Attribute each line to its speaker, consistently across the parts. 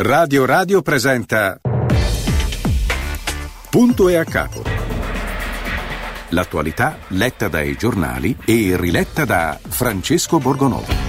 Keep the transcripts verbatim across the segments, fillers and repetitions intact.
Speaker 1: Radio Radio presenta Punto e a capo. L'attualità letta dai giornali e riletta da Francesco Borgonovo.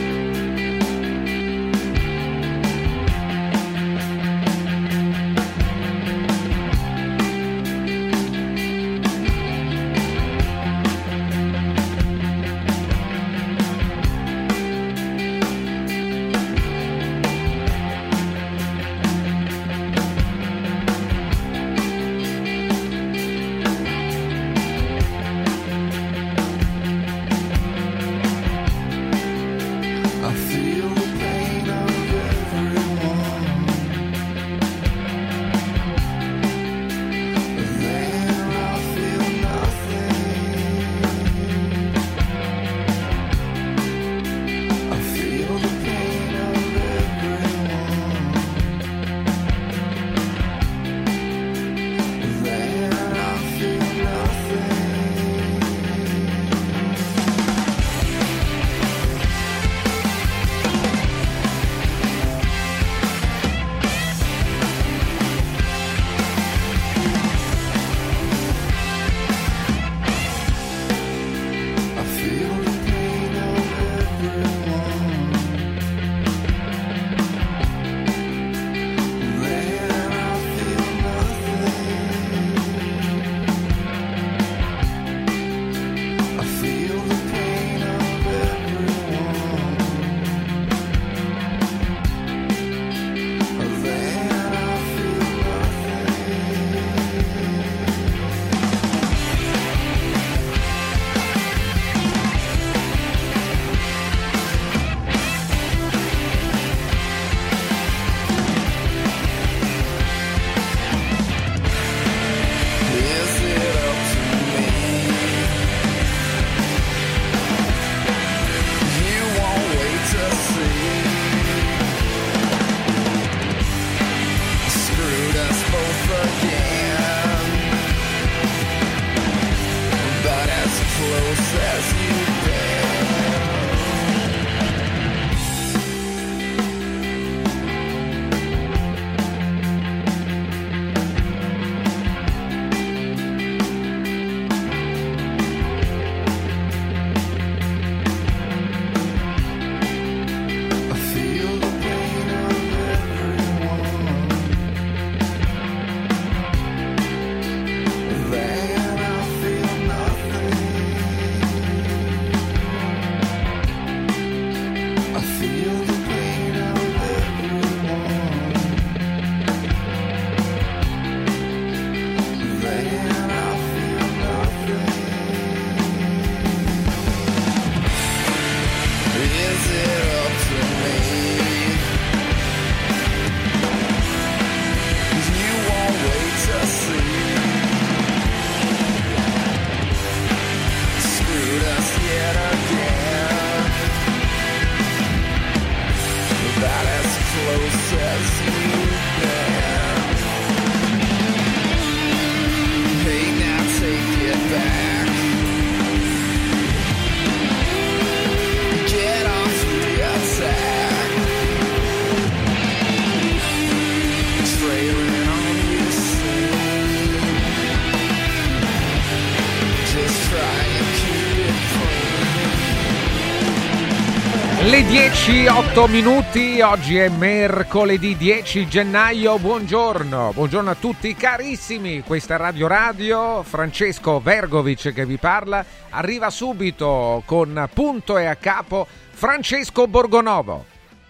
Speaker 2: Le dieci e otto minuti, oggi è mercoledì dieci gennaio, buongiorno, buongiorno a tutti carissimi, questa è Radio Radio, Francesco Vergovic che vi parla, arriva subito con Punto e a capo Francesco Borgonovo.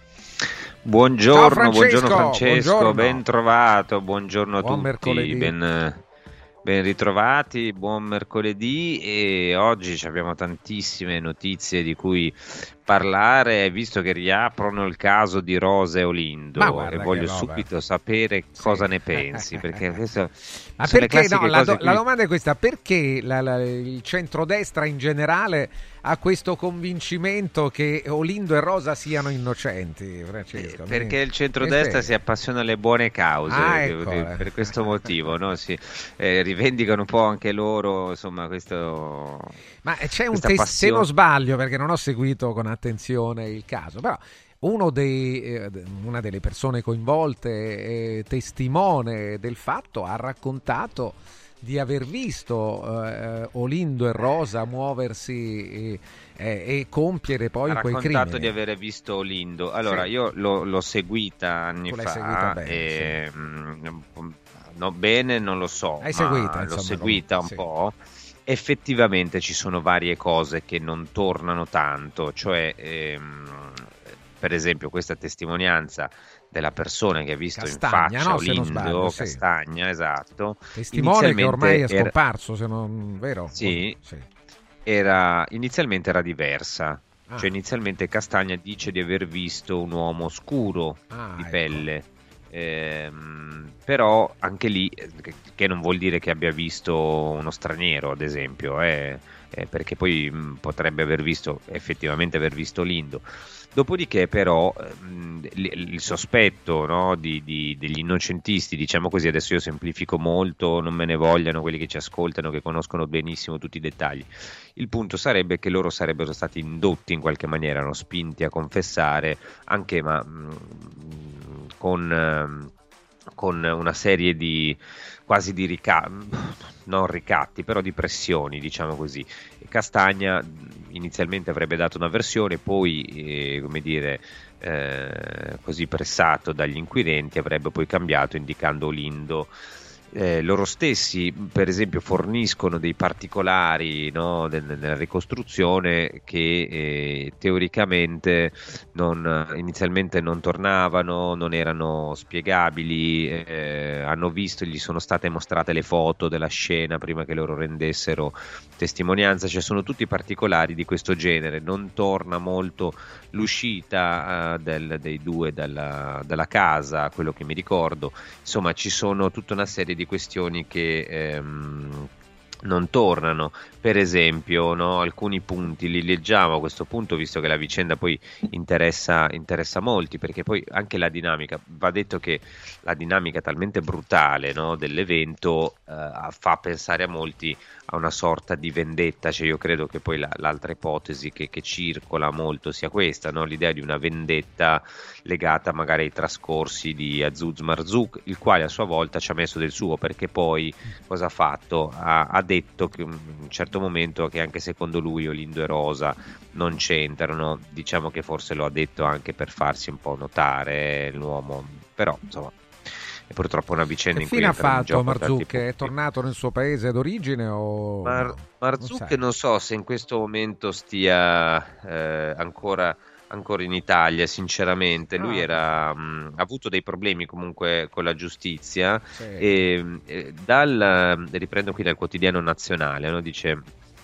Speaker 3: Buongiorno,
Speaker 2: Ciao Francesco,
Speaker 3: buongiorno Francesco,
Speaker 2: buongiorno.
Speaker 3: Ben trovato, buongiorno a
Speaker 2: Buon
Speaker 3: tutti,
Speaker 2: mercoledì.
Speaker 3: ben, ben ritrovati, buon mercoledì e oggi abbiamo tantissime notizie di cui parlare, visto che riaprono il caso di Rosa e Olindo e voglio subito sapere sì. cosa ne pensi, perché questo
Speaker 2: Ma perché no, la, do,
Speaker 3: qui...
Speaker 2: la domanda è questa: perché la, la, il centrodestra in generale ha questo convincimento che Olindo e Rosa siano innocenti, Francesco?
Speaker 3: Eh, perché il centrodestra si appassiona alle buone cause,
Speaker 2: ah, ecco.
Speaker 3: per, per questo motivo, no? Si, eh, rivendicano un po' anche loro, insomma, questo.
Speaker 2: Ma c'è un test, se non sbaglio, perché non ho seguito con attenzione il caso, però uno dei, eh, una delle persone coinvolte, eh, testimone del fatto, ha raccontato di aver visto eh, Olindo e Rosa muoversi e, e, e compiere poi
Speaker 3: ha
Speaker 2: quei crimini.
Speaker 3: Ha raccontato di aver visto Olindo. Allora, sì. io l'ho, l'ho seguita anni
Speaker 2: tu l'hai
Speaker 3: fa.
Speaker 2: Seguita bene,
Speaker 3: e,
Speaker 2: sì.
Speaker 3: mh, no, bene non lo so,
Speaker 2: Hai
Speaker 3: ma
Speaker 2: seguita,
Speaker 3: l'ho
Speaker 2: insomma,
Speaker 3: seguita un
Speaker 2: sì.
Speaker 3: po'. Effettivamente ci sono varie cose che non tornano tanto, cioè ehm, per esempio questa testimonianza della persona che ha visto
Speaker 2: Castagna,
Speaker 3: in faccia
Speaker 2: no?
Speaker 3: Olindo,
Speaker 2: Se non sbaglio, sì.
Speaker 3: Castagna, esatto.
Speaker 2: Testimone che ormai è
Speaker 3: era...
Speaker 2: scomparso, se non vero?
Speaker 3: Sì,
Speaker 2: sì.
Speaker 3: Era, inizialmente era diversa,
Speaker 2: ah.
Speaker 3: cioè inizialmente Castagna dice di aver visto un uomo scuro
Speaker 2: ah,
Speaker 3: di
Speaker 2: ecco.
Speaker 3: pelle. Ehm, però anche lì, che non vuol dire che abbia visto uno straniero, ad esempio, eh, eh, perché poi mh, potrebbe aver visto, effettivamente aver visto Olindo. Dopodiché però mh, il, il sospetto, no, di, di, degli innocentisti, diciamo così, adesso io semplifico molto, non me ne vogliano quelli che ci ascoltano, che conoscono benissimo tutti i dettagli. Il punto sarebbe che loro sarebbero stati indotti in qualche maniera, erano spinti a confessare, anche ma mh, con, con una serie di quasi di ricatti, non ricatti, però di pressioni, diciamo così. Castagna inizialmente avrebbe dato una versione, poi eh, come dire eh, così pressato dagli inquirenti avrebbe poi cambiato indicando Olindo. Eh, loro stessi per esempio forniscono dei particolari, no, nella ricostruzione che eh, teoricamente non, inizialmente non tornavano, non erano spiegabili, eh, hanno visto, gli sono state mostrate le foto della scena prima che loro rendessero testimonianza, cioè sono tutti particolari di questo genere, non torna molto l'uscita uh, del, dei due dalla, dalla casa, quello che mi ricordo, insomma ci sono tutta una serie di questioni che ehm, non tornano, per esempio, no, alcuni punti li leggiamo a questo punto, visto che la vicenda poi interessa, interessa molti, perché poi anche la dinamica, va detto che la dinamica talmente brutale, no, dell'evento eh, fa pensare a molti a una sorta di vendetta, cioè io credo che poi la, l'altra ipotesi che, che circola molto sia questa, no? L'idea di una vendetta legata magari ai trascorsi di Azuz Marzouk, il quale a sua volta ci ha messo del suo, perché poi cosa ha fatto? Ha, ha detto che in un certo momento che anche secondo lui Olindo e Rosa non c'entrano, diciamo che forse lo ha detto anche per farsi un po' notare l'uomo, però insomma è purtroppo una vicenda
Speaker 2: che
Speaker 3: in cui
Speaker 2: fine ha fatto
Speaker 3: Marzouk?
Speaker 2: È tornato nel suo paese d'origine o
Speaker 3: Mar- Marzouk non, non so se in questo momento stia eh, ancora, ancora in Italia, sinceramente. Lui
Speaker 2: ah,
Speaker 3: era, mh, ha avuto dei problemi comunque con la giustizia,
Speaker 2: sì.
Speaker 3: e, e dal, riprendo qui dal quotidiano nazionale, no? Dice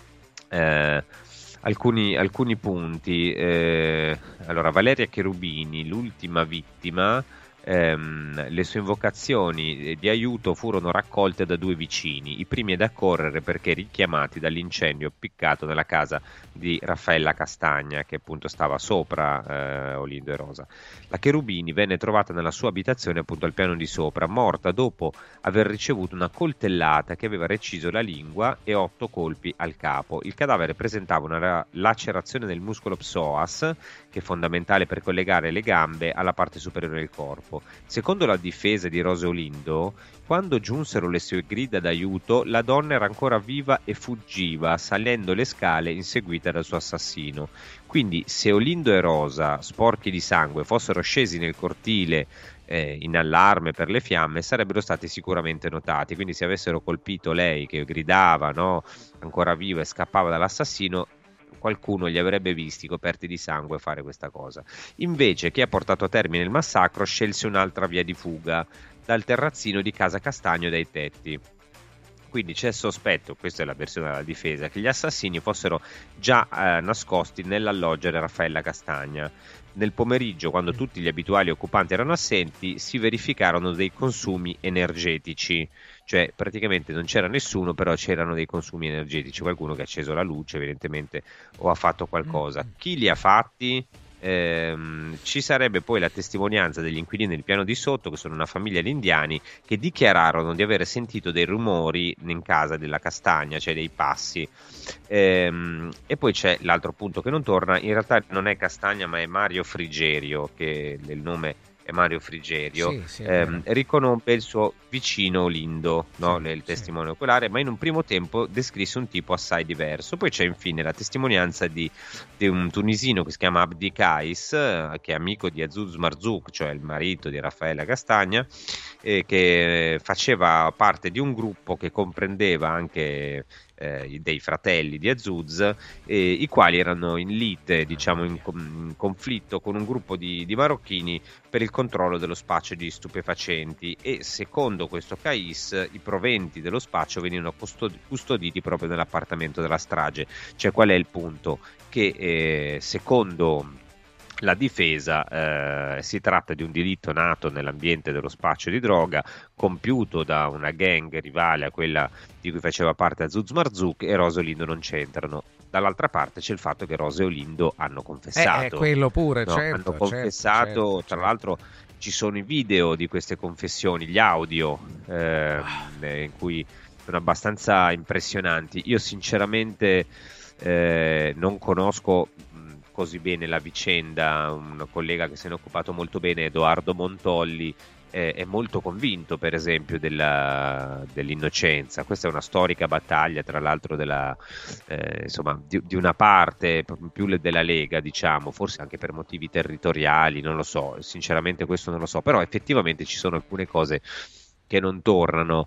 Speaker 3: eh, alcuni, alcuni punti, eh, allora Valeria Cherubini, l'ultima vittima. Ehm, le sue invocazioni di aiuto furono raccolte da due vicini, i primi ad accorrere perché richiamati dall'incendio appiccato nella casa di Raffaella Castagna, che appunto stava sopra eh, Olindo e Rosa. La Cherubini venne trovata nella sua abitazione appunto al piano di sopra, morta dopo aver ricevuto una coltellata che aveva reciso la lingua e otto colpi al capo. Il cadavere presentava una lacerazione del muscolo psoas, che è fondamentale per collegare le gambe alla parte superiore del corpo. Secondo la difesa di Rosa Olindo, quando giunsero le sue grida d'aiuto, la donna era ancora viva e fuggiva, salendo le scale inseguita dal suo assassino. Quindi, se Olindo e Rosa, sporchi di sangue, fossero scesi nel cortile eh, in allarme per le fiamme, sarebbero stati sicuramente notati. Quindi, se avessero colpito lei, che gridava, no, ancora viva e scappava dall'assassino, qualcuno li avrebbe visti coperti di sangue fare questa cosa. Invece chi ha portato a termine il massacro scelse un'altra via di fuga, dal terrazzino di casa Castagno dai tetti. Quindi c'è il sospetto, questa è la versione della difesa, che gli assassini fossero già eh, nascosti nell'alloggio di Raffaella Castagna. Nel pomeriggio, quando tutti gli abituali occupanti erano assenti, si verificarono dei consumi energetici, cioè praticamente non c'era nessuno, però c'erano dei consumi energetici, qualcuno che ha acceso la luce evidentemente o ha fatto qualcosa. Chi li ha fatti? Ehm, ci sarebbe poi la testimonianza degli inquilini del piano di sotto, che sono una famiglia di indiani, che dichiararono di aver sentito dei rumori in casa della Castagna, cioè dei passi. Ehm, e poi c'è l'altro punto che non torna, in realtà non è Castagna ma è Mario Frigerio, che il nome è Mario Frigerio,
Speaker 2: Sì, sì,
Speaker 3: ehm, riconobbe il suo vicino Olindo, no?
Speaker 2: Sì,
Speaker 3: il
Speaker 2: sì.
Speaker 3: testimone oculare, ma in un primo tempo descrisse un tipo assai diverso. Poi c'è infine la testimonianza di, di un tunisino che si chiama Abdi Kais, eh, che è amico di Azuz Marzouk, cioè il marito di Raffaella Castagna, e che faceva parte di un gruppo che comprendeva anche eh, dei fratelli di Azuz, eh, i quali erano in lite, diciamo in, in conflitto con un gruppo di, di marocchini per il controllo dello spaccio di stupefacenti, e secondo questo Kais i proventi dello spaccio venivano custoditi proprio nell'appartamento della strage. Cioè, qual è il punto? Che eh, secondo la difesa eh, si tratta di un delitto nato nell'ambiente dello spaccio di droga, compiuto da una gang rivale a quella di cui faceva parte Azuz Marzouk, e Rose e Olindo non c'entrano. Dall'altra parte c'è il fatto che Rose e Olindo hanno confessato.
Speaker 2: Eh, eh, quello pure,
Speaker 3: no?
Speaker 2: certo.
Speaker 3: Hanno confessato,
Speaker 2: certo, certo,
Speaker 3: tra
Speaker 2: certo.
Speaker 3: l'altro ci sono i video di queste confessioni, gli audio, ehm, in cui sono abbastanza impressionanti. Io sinceramente eh, non conosco mh, così bene la vicenda. Un collega che se ne è occupato molto bene, Edoardo Montolli, eh, è molto convinto per esempio della, dell'innocenza. Questa è una storica battaglia, tra l'altro della, eh, insomma, di, di una parte più della Lega, diciamo, forse anche per motivi territoriali, non lo so, sinceramente questo non lo so, però effettivamente ci sono alcune cose che non tornano.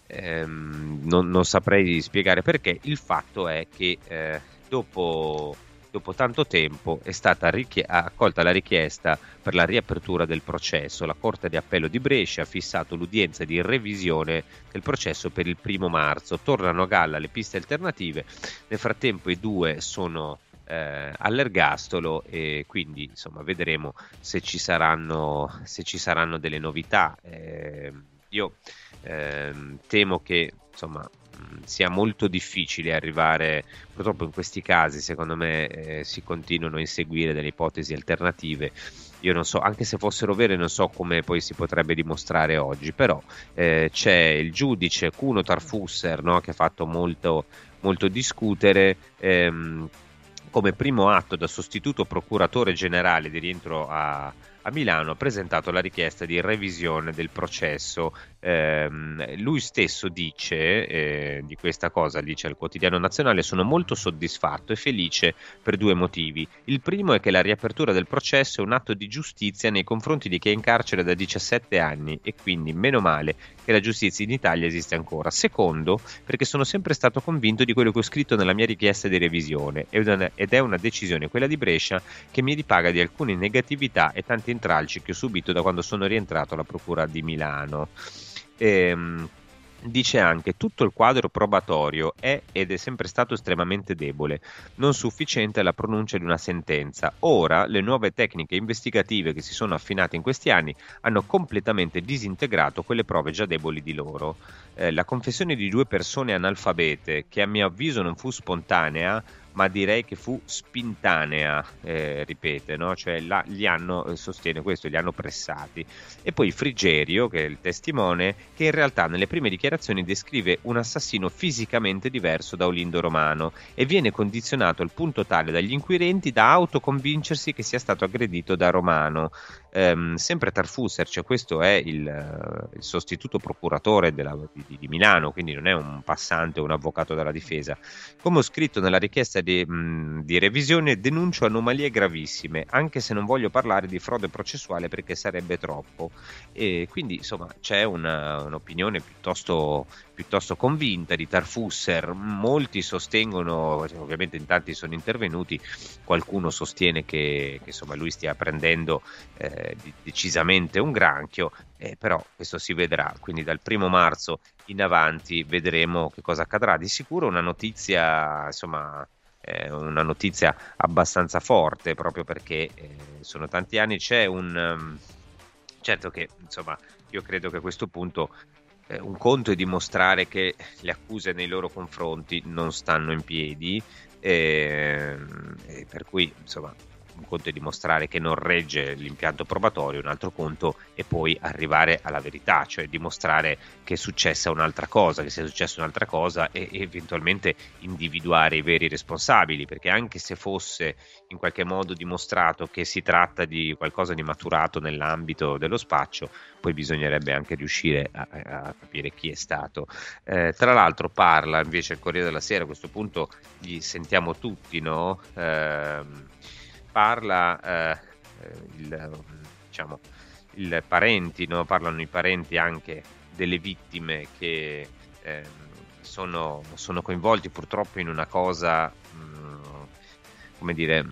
Speaker 3: Ehm, non, non saprei spiegare perché. Il fatto è che eh, dopo, dopo tanto tempo è stata richie- accolta la richiesta per la riapertura del processo. La Corte di Appello di Brescia ha fissato l'udienza di revisione del processo per il primo marzo. Tornano a galla le piste alternative. Nel frattempo i due sono eh, all'ergastolo, e quindi insomma vedremo se ci saranno, se ci saranno delle novità. Eh, io Ehm, temo che insomma mh, sia molto difficile arrivare, purtroppo in questi casi secondo me eh, si continuano a inseguire delle ipotesi alternative. Io non so, anche se fossero vere, non so come poi si potrebbe dimostrare oggi, però eh, c'è il giudice Kuno Tarfusser, no, che ha fatto molto, molto discutere. ehm, come primo atto da sostituto procuratore generale di rientro a a Milano, ha presentato la richiesta di revisione del processo. Eh, lui stesso dice eh, di questa cosa, dice al Quotidiano Nazionale: sono molto soddisfatto e felice per due motivi. Il primo è che la riapertura del processo è un atto di giustizia nei confronti di chi è in carcere da diciassette anni, e quindi meno male che la giustizia in Italia esiste ancora. Secondo, perché sono sempre stato convinto di quello che ho scritto nella mia richiesta di revisione, ed è una decisione, quella di Brescia, che mi ripaga di alcune negatività e tanti intralci che ho subito da quando sono rientrato alla Procura di Milano. Ehm, dice anche: tutto il quadro probatorio è ed è sempre stato estremamente debole, non sufficiente alla pronuncia di una sentenza. Ora le nuove tecniche investigative che si sono affinate in questi anni hanno completamente disintegrato quelle prove già deboli di loro. Eh, la confessione di due persone analfabete, che a mio avviso non fu spontanea, ma direi che fu spintanea, eh, ripete, no? Cioè la, li hanno, eh, sostiene questo, li hanno pressati. E poi Frigerio, che è il testimone, che in realtà nelle prime dichiarazioni descrive un assassino fisicamente diverso da Olindo Romano, e viene condizionato al punto tale dagli inquirenti da autoconvincersi che sia stato aggredito da Romano. Ehm, sempre Tarfusser, cioè questo è il, uh, il sostituto procuratore della, di, di Milano, quindi non è un passante o un avvocato della difesa. Come ho scritto nella richiesta di, mh, di revisione, denuncio anomalie gravissime, anche se non voglio parlare di frode processuale perché sarebbe troppo. E quindi insomma c'è una, un'opinione piuttosto, piuttosto convinta di Tarfusser. Molti sostengono, ovviamente in tanti sono intervenuti, qualcuno sostiene che, che insomma lui stia prendendo eh, decisamente un granchio, eh, però questo si vedrà. Quindi dal primo marzo in avanti vedremo che cosa accadrà. Di sicuro una notizia, insomma, eh, una notizia abbastanza forte, proprio perché eh, sono tanti anni. C'è un um, certo che insomma io credo che a questo punto eh, un conto è dimostrare che le accuse nei loro confronti non stanno in piedi, eh, e per cui insomma un conto è dimostrare che non regge l'impianto probatorio, un altro conto è poi arrivare alla verità, cioè dimostrare che è successa un'altra cosa, che sia successa un'altra cosa e eventualmente individuare i veri responsabili, perché anche se fosse in qualche modo dimostrato che si tratta di qualcosa di maturato nell'ambito dello spaccio, poi bisognerebbe anche riuscire a, a capire chi è stato. Eh, tra l'altro parla invece il Corriere della Sera, a questo punto li sentiamo tutti, no? Eh, parla eh, il, diciamo, il parenti, no? Parlano i parenti anche delle vittime che eh, sono, sono coinvolti purtroppo in una cosa, mh, come dire,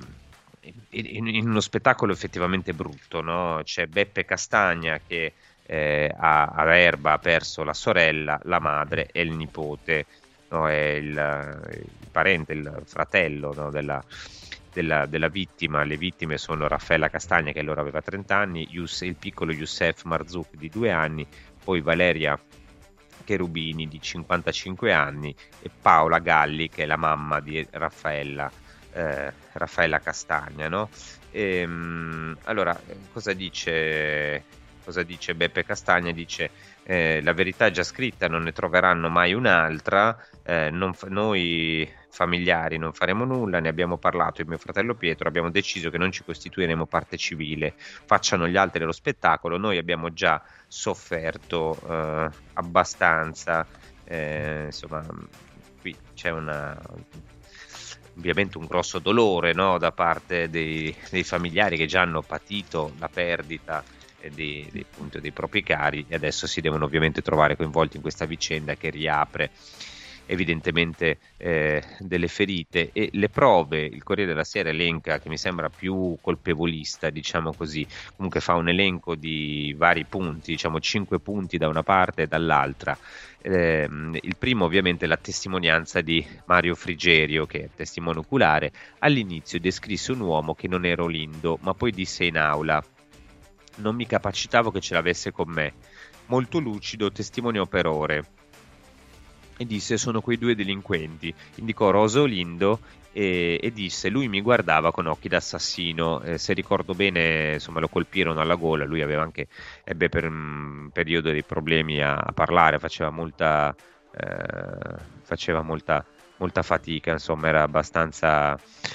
Speaker 3: in, in uno spettacolo effettivamente brutto, no? C'è Beppe Castagna che eh, a, a Verba ha perso la sorella, la madre e il nipote, no? È il, il parente, il fratello, no? della Della, della vittima. Le vittime sono Raffaella Castagna, che allora aveva trenta anni, Yus, il piccolo Youssef Marzouk di due anni, poi Valeria Cherubini di cinquantacinque anni e Paola Galli, che è la mamma di Raffaella, eh, Raffaella Castagna, no? E, mh, allora, cosa dice, cosa dice Beppe Castagna? Dice eh, la verità è già scritta, non ne troveranno mai un'altra, eh, non fa- noi familiari non faremo nulla, ne abbiamo parlato io e mio fratello Pietro, abbiamo deciso che non ci costituiremo parte civile, facciano gli altri lo spettacolo, noi abbiamo già sofferto eh, abbastanza, eh, insomma qui c'è una ovviamente un grosso dolore, no, da parte dei, dei familiari che già hanno patito la perdita dei, dei, appunto, dei propri cari e adesso si devono ovviamente trovare coinvolti in questa vicenda che riapre evidentemente eh, delle ferite e le prove. Il Corriere della Sera elenca, che mi sembra più colpevolista, diciamo così, comunque fa un elenco di vari punti, diciamo cinque punti da una parte e dall'altra. Eh, il primo ovviamente è la testimonianza di Mario Frigerio, che è testimone oculare. All'inizio descrisse un uomo che non era Olindo, ma poi disse in aula: non mi capacitavo che ce l'avesse con me. Molto lucido, testimoniò per ore e disse: sono quei due delinquenti. Indicò Rosa Olindo e, e disse: lui mi guardava con occhi d'assassino. Eh, se ricordo bene, insomma, lo colpirono alla gola. Lui aveva anche ebbe per un periodo dei problemi a, a parlare, faceva molta eh, faceva molta molta fatica, insomma era abbastanza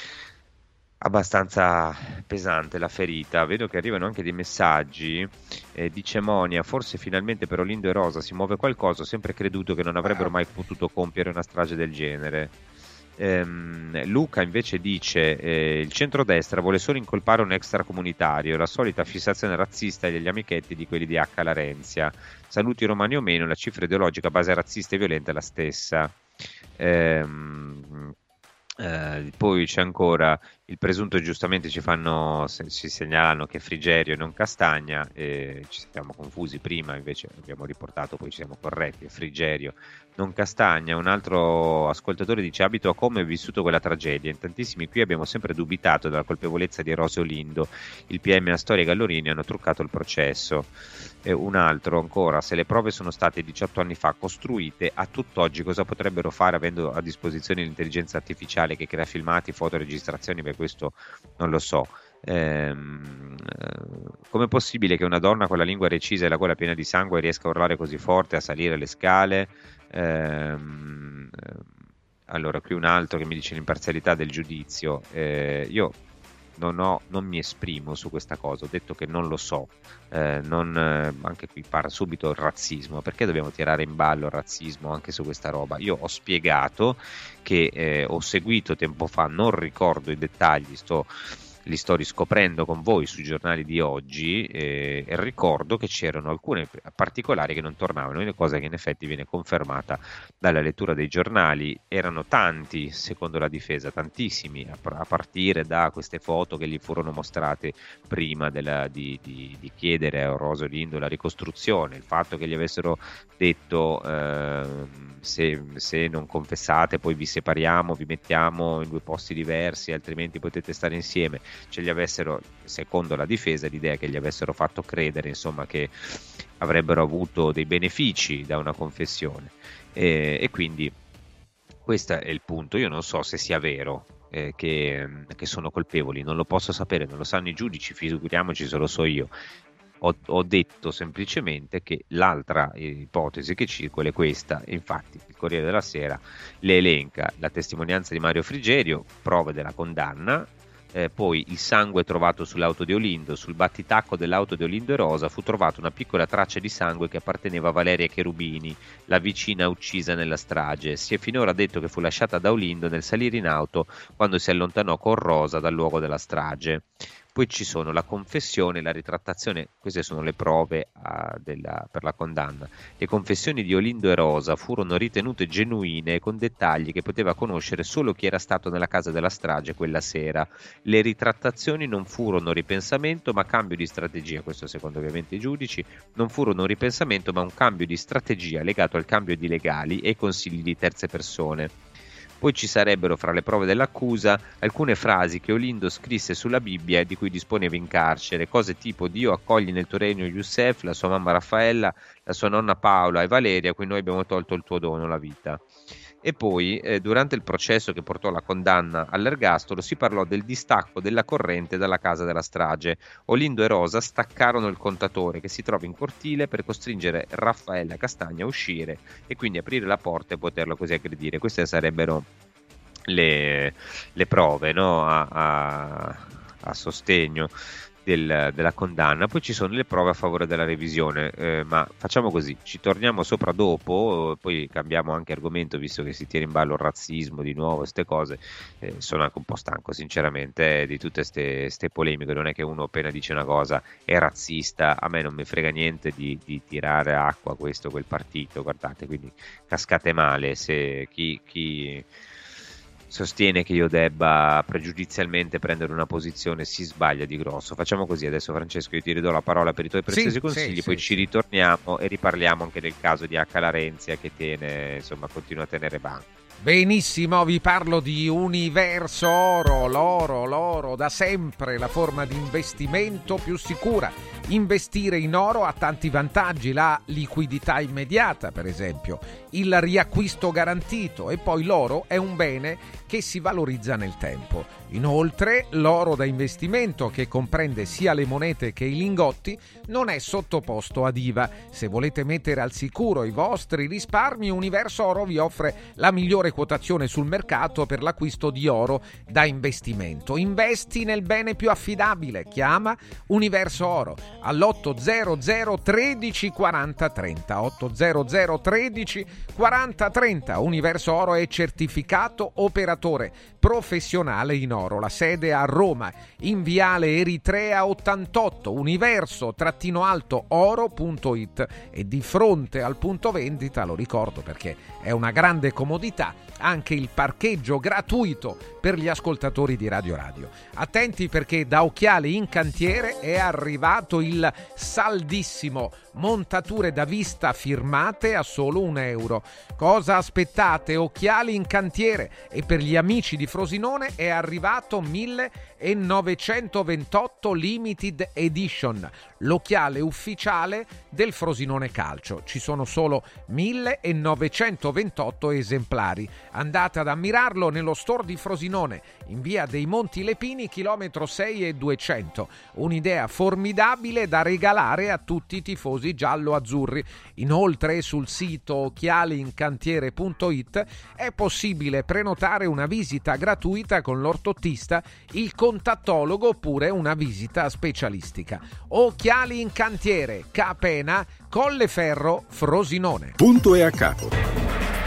Speaker 3: abbastanza pesante la ferita. Vedo che arrivano anche dei messaggi, eh, dice Monia: forse finalmente per Olindo e Rosa si muove qualcosa, ho sempre creduto che non avrebbero mai potuto compiere una strage del genere. ehm, Luca invece dice eh, il centrodestra vuole solo incolpare un extracomunitario, la solita fissazione razzista degli amichetti di quelli di H. Larenzia. Saluti romani o meno, la cifra ideologica a base razzista e violenta è la stessa. ehm, Eh, poi c'è ancora il presunto, giustamente ci fanno se, ci segnalano che Frigerio e non Castagna, eh, ci siamo confusi prima, invece abbiamo riportato, poi ci siamo corretti, Frigerio non Castagna. Un altro ascoltatore dice: abito a Como e ho vissuto quella tragedia, in tantissimi qui abbiamo sempre dubitato della colpevolezza di Rosa Olindo, il P M Astoria e Gallorini hanno truccato il processo. E un altro ancora: se le prove sono state diciotto anni fa costruite, a tutt'oggi cosa potrebbero fare avendo a disposizione l'intelligenza artificiale che crea filmati, fotoregistrazioni? Beh, questo non lo so. Ehm, com'è possibile che una donna con la lingua recisa e la gola piena di sangue riesca a urlare così forte, a salire le scale? Ehm, allora qui un altro che mi dice l'imparzialità del giudizio. Eh, io Non, ho, non mi esprimo su questa cosa, ho detto che non lo so, eh, non, eh, anche qui parla subito il razzismo, perché dobbiamo tirare in ballo il razzismo anche su questa roba? Io ho spiegato che eh, ho seguito tempo fa, non ricordo i dettagli, sto li sto riscoprendo con voi sui giornali di oggi eh, e ricordo che c'erano alcune particolari che non tornavano, una cosa che in effetti viene confermata dalla lettura dei giornali. Erano tanti, secondo la difesa, tantissimi, a, a partire da queste foto che gli furono mostrate prima della, di, di, di chiedere a Rosa Olindo la ricostruzione, il fatto che gli avessero detto eh, se, se non confessate poi vi separiamo, vi mettiamo in due posti diversi, altrimenti potete stare insieme. Cioè gli avessero, secondo la difesa, l'idea che gli avessero fatto credere, insomma, che avrebbero avuto dei benefici da una confessione e, e quindi questo è il punto. Io non so se sia vero, eh, che, che sono colpevoli, non lo posso sapere, non lo sanno i giudici, figuriamoci se lo so io. Ho, ho detto semplicemente che l'altra ipotesi che circola è questa, infatti il Corriere della Sera le elenca: la testimonianza di Mario Frigerio, prove della condanna, eh, poi il sangue trovato sull'auto di Olindo, sul battitacco dell'auto di Olindo e Rosa fu trovata una piccola traccia di sangue che apparteneva a Valeria Cherubini, la vicina uccisa nella strage. Si è finora detto che fu lasciata da Olindo nel salire in auto quando si allontanò con Rosa dal luogo della strage. Poi ci sono la confessione e la ritrattazione, queste sono le prove uh, della, per la condanna. Le confessioni di Olindo e Rosa furono ritenute genuine e con dettagli che poteva conoscere solo chi era stato nella casa della strage quella sera. Le ritrattazioni non furono ripensamento ma cambio di strategia, questo secondo ovviamente i giudici, non furono un ripensamento ma un cambio di strategia legato al cambio di legali e ai consigli di terze persone. Poi ci sarebbero fra le prove dell'accusa alcune frasi che Olindo scrisse sulla Bibbia e di cui disponeva in carcere, cose tipo: Dio accogli nel tuo regno Youssef, la sua mamma Raffaella, la sua nonna Paola e Valeria, a cui noi abbiamo tolto il tuo dono, la vita. E poi, eh, durante il processo che portò alla condanna all'ergastolo, si parlò del distacco della corrente dalla casa della strage. Olindo e Rosa staccarono il contatore che si trova in cortile per costringere Raffaella Castagna a uscire e quindi aprire la porta e poterlo così aggredire. Queste sarebbero le, le prove, no? a, a, a sostegno Del, della condanna. Poi ci sono le prove a favore della revisione, eh, ma facciamo così, ci torniamo sopra dopo, poi cambiamo anche argomento visto che si tira in ballo il razzismo di nuovo, queste cose. Eh, sono anche un po' stanco sinceramente eh, di tutte queste polemiche. Non è che uno appena dice una cosa è razzista, a me non mi frega niente di, di tirare acqua a questo o quel partito, guardate, quindi cascate male se chi, chi sostiene che io debba pregiudizialmente prendere una posizione si sbaglia di grosso. Facciamo così adesso, Francesco, io ti ridò la parola per i tuoi preziosi sì, consigli, sì, poi sì, ci ritorniamo e riparliamo anche del caso di H. Larenzia che tiene, insomma, continua a tenere banco.
Speaker 2: Benissimo, vi parlo di Universo Oro, l'oro, l'oro da sempre la forma di investimento più sicura. Investire in oro ha tanti vantaggi: la liquidità immediata, per esempio, il riacquisto garantito, e poi l'oro è un bene che si valorizza nel tempo. Inoltre, l'oro da investimento, che comprende sia le monete che i lingotti, non è sottoposto ad I V A. Se volete mettere al sicuro i vostri risparmi, Universo Oro vi offre la migliore quotazione sul mercato per l'acquisto di oro da investimento. Investi nel bene più affidabile. Chiama Universo Oro all'otto zero zero tredici quaranta trenta otto zero zero tredici quaranta trenta. Universo Oro è certificato operatore professionale in oro. La sede è a Roma, in Viale Eritrea ottantotto, universo-oro punto it, e di fronte al punto vendita, lo ricordo perché è una grande comodità, anche il parcheggio gratuito per gli ascoltatori di Radio Radio. Attenti, perché da Occhiali in Cantiere è arrivato il saldissimo: montature da vista firmate a solo un euro. Cosa aspettate? Occhiali in Cantiere. E per gli amici di Frosinone è arrivato millenovecentoventotto Limited Edition, l'occhiale ufficiale del Frosinone Calcio. Ci sono solo millenovecentoventotto esemplari. Andate ad ammirarlo nello store di Frosinone, in via dei Monti Lepini, chilometro sei e duecento. Un'idea formidabile da regalare a tutti i tifosi giallo-azzurri. Inoltre, sul sito occhialiincantiere punto it è possibile prenotare una visita gratuita con l'ortottista, il contattologo oppure una visita specialistica. Occhiali in Cantiere, Capena, Colleferro, Frosinone.
Speaker 1: Punto e a capo.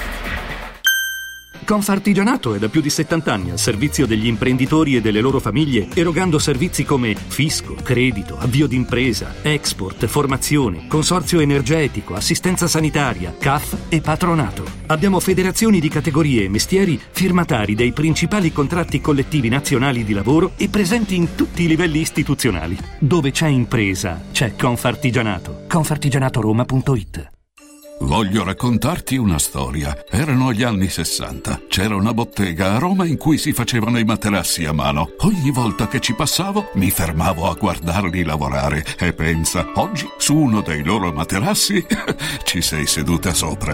Speaker 4: Confartigianato è da più di settanta anni al servizio degli imprenditori e delle loro famiglie, erogando servizi come fisco, credito, avvio d'impresa, export, formazione, consorzio energetico, assistenza sanitaria, C A F e patronato. Abbiamo federazioni di categorie e mestieri firmatari dei principali contratti collettivi nazionali di lavoro e presenti in tutti i livelli istituzionali. Dove c'è impresa, c'è Confartigianato. Confartigianato Roma punto it.
Speaker 5: Voglio raccontarti una storia. Erano gli anni sessanta. C'era una bottega a Roma in cui si facevano i materassi a mano. Ogni volta che ci passavo mi fermavo a guardarli lavorare e pensa, oggi su uno dei loro materassi ci sei seduta sopra.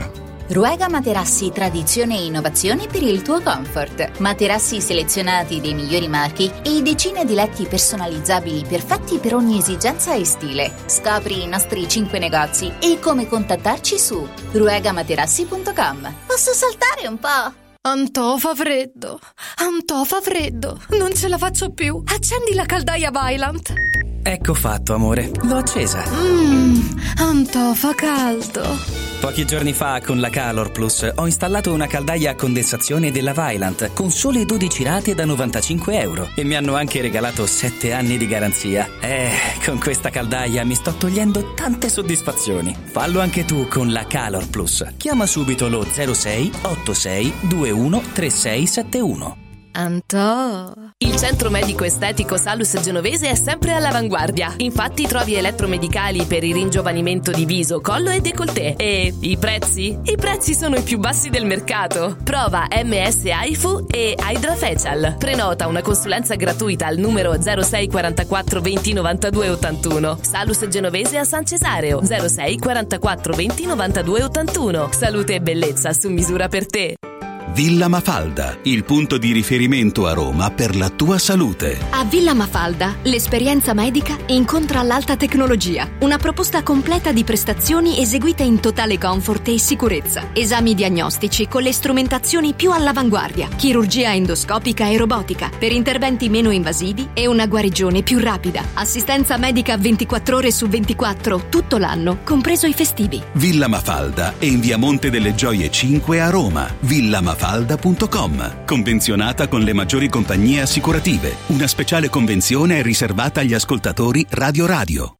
Speaker 6: Ruega Materassi, tradizione e innovazione per il tuo comfort. Materassi selezionati dei migliori marchi e decine di letti personalizzabili perfetti per ogni esigenza e stile. Scopri i nostri cinque negozi e come contattarci su ruega materassi punto com. Posso saltare un po'?
Speaker 7: Antò fa freddo, Antò fa freddo, non ce la faccio più. Accendi la caldaia Vaillant.
Speaker 8: Ecco fatto, amore, l'ho accesa.
Speaker 7: Mmm, Antò fa caldo.
Speaker 8: Pochi giorni fa con la Calor Plus ho installato una caldaia a condensazione della Vaillant con sole dodici rate da novantacinque euro e mi hanno anche regalato sette anni di garanzia. Eh, con questa caldaia mi sto togliendo tante soddisfazioni. Fallo anche tu con la Calor Plus. Chiama subito lo zero sei otto sei due uno tre sei sette uno.
Speaker 7: Antò.
Speaker 9: Il centro medico estetico Salus Genovese è sempre all'avanguardia. Infatti trovi elettromedicali per il ringiovanimento di viso, collo e décolleté. E i prezzi? I prezzi sono i più bassi del mercato. Prova M S AIFU e Hydra Facial. Prenota una consulenza gratuita al numero zero sei quarantaquattro venti novantadue ottantuno. Salus Genovese a San Cesareo zero sei quarantaquattro venti novantadue ottantuno. Salute e bellezza su misura per te.
Speaker 10: Villa Mafalda, il punto di riferimento a Roma per la tua salute.
Speaker 11: A Villa Mafalda, l'esperienza medica incontra l'alta tecnologia. Una proposta completa di prestazioni eseguite in totale comfort e sicurezza. Esami diagnostici con le strumentazioni più all'avanguardia. Chirurgia endoscopica e robotica per interventi meno invasivi e una guarigione più rapida. Assistenza medica ventiquattro ore su ventiquattro tutto l'anno, compreso i festivi.
Speaker 10: Villa Mafalda è in via Monte delle Gioie cinque a Roma. Villa Mafalda punto com. Convenzionata con le maggiori compagnie assicurative. Una speciale convenzione è riservata agli ascoltatori Radio Radio.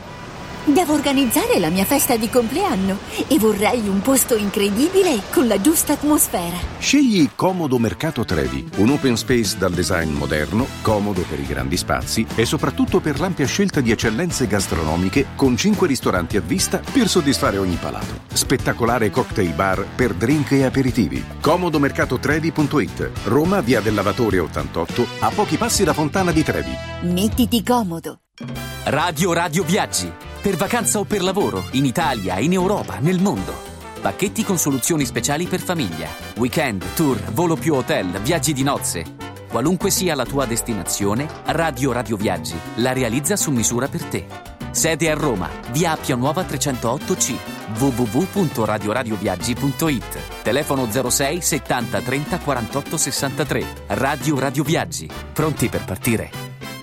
Speaker 12: Devo organizzare la mia festa di compleanno e vorrei un posto incredibile con la giusta atmosfera.
Speaker 1: Scegli Comodo Mercato Trevi, un open space dal design moderno, comodo per i grandi spazi e soprattutto per l'ampia scelta di eccellenze gastronomiche con cinque ristoranti a vista per soddisfare ogni palato. Spettacolare cocktail bar per drink e aperitivi. comodo mercato trevi punto it. Roma, via del Lavatore ottantotto, a pochi passi da Fontana di Trevi.
Speaker 12: Mettiti comodo.
Speaker 13: Radio Radio Viaggi. Per vacanza o per lavoro, in Italia, in Europa, nel mondo. Pacchetti con soluzioni speciali per famiglia. Weekend, tour, volo più hotel, viaggi di nozze. Qualunque sia la tua destinazione, Radio Radio Viaggi la realizza su misura per te. Sede a Roma, via Appia Nuova trecentootto C, w w w punto radio radio viaggi punto it. Telefono zero sei settanta trenta quarantotto sessantatré. Radio Radio Viaggi, pronti per partire.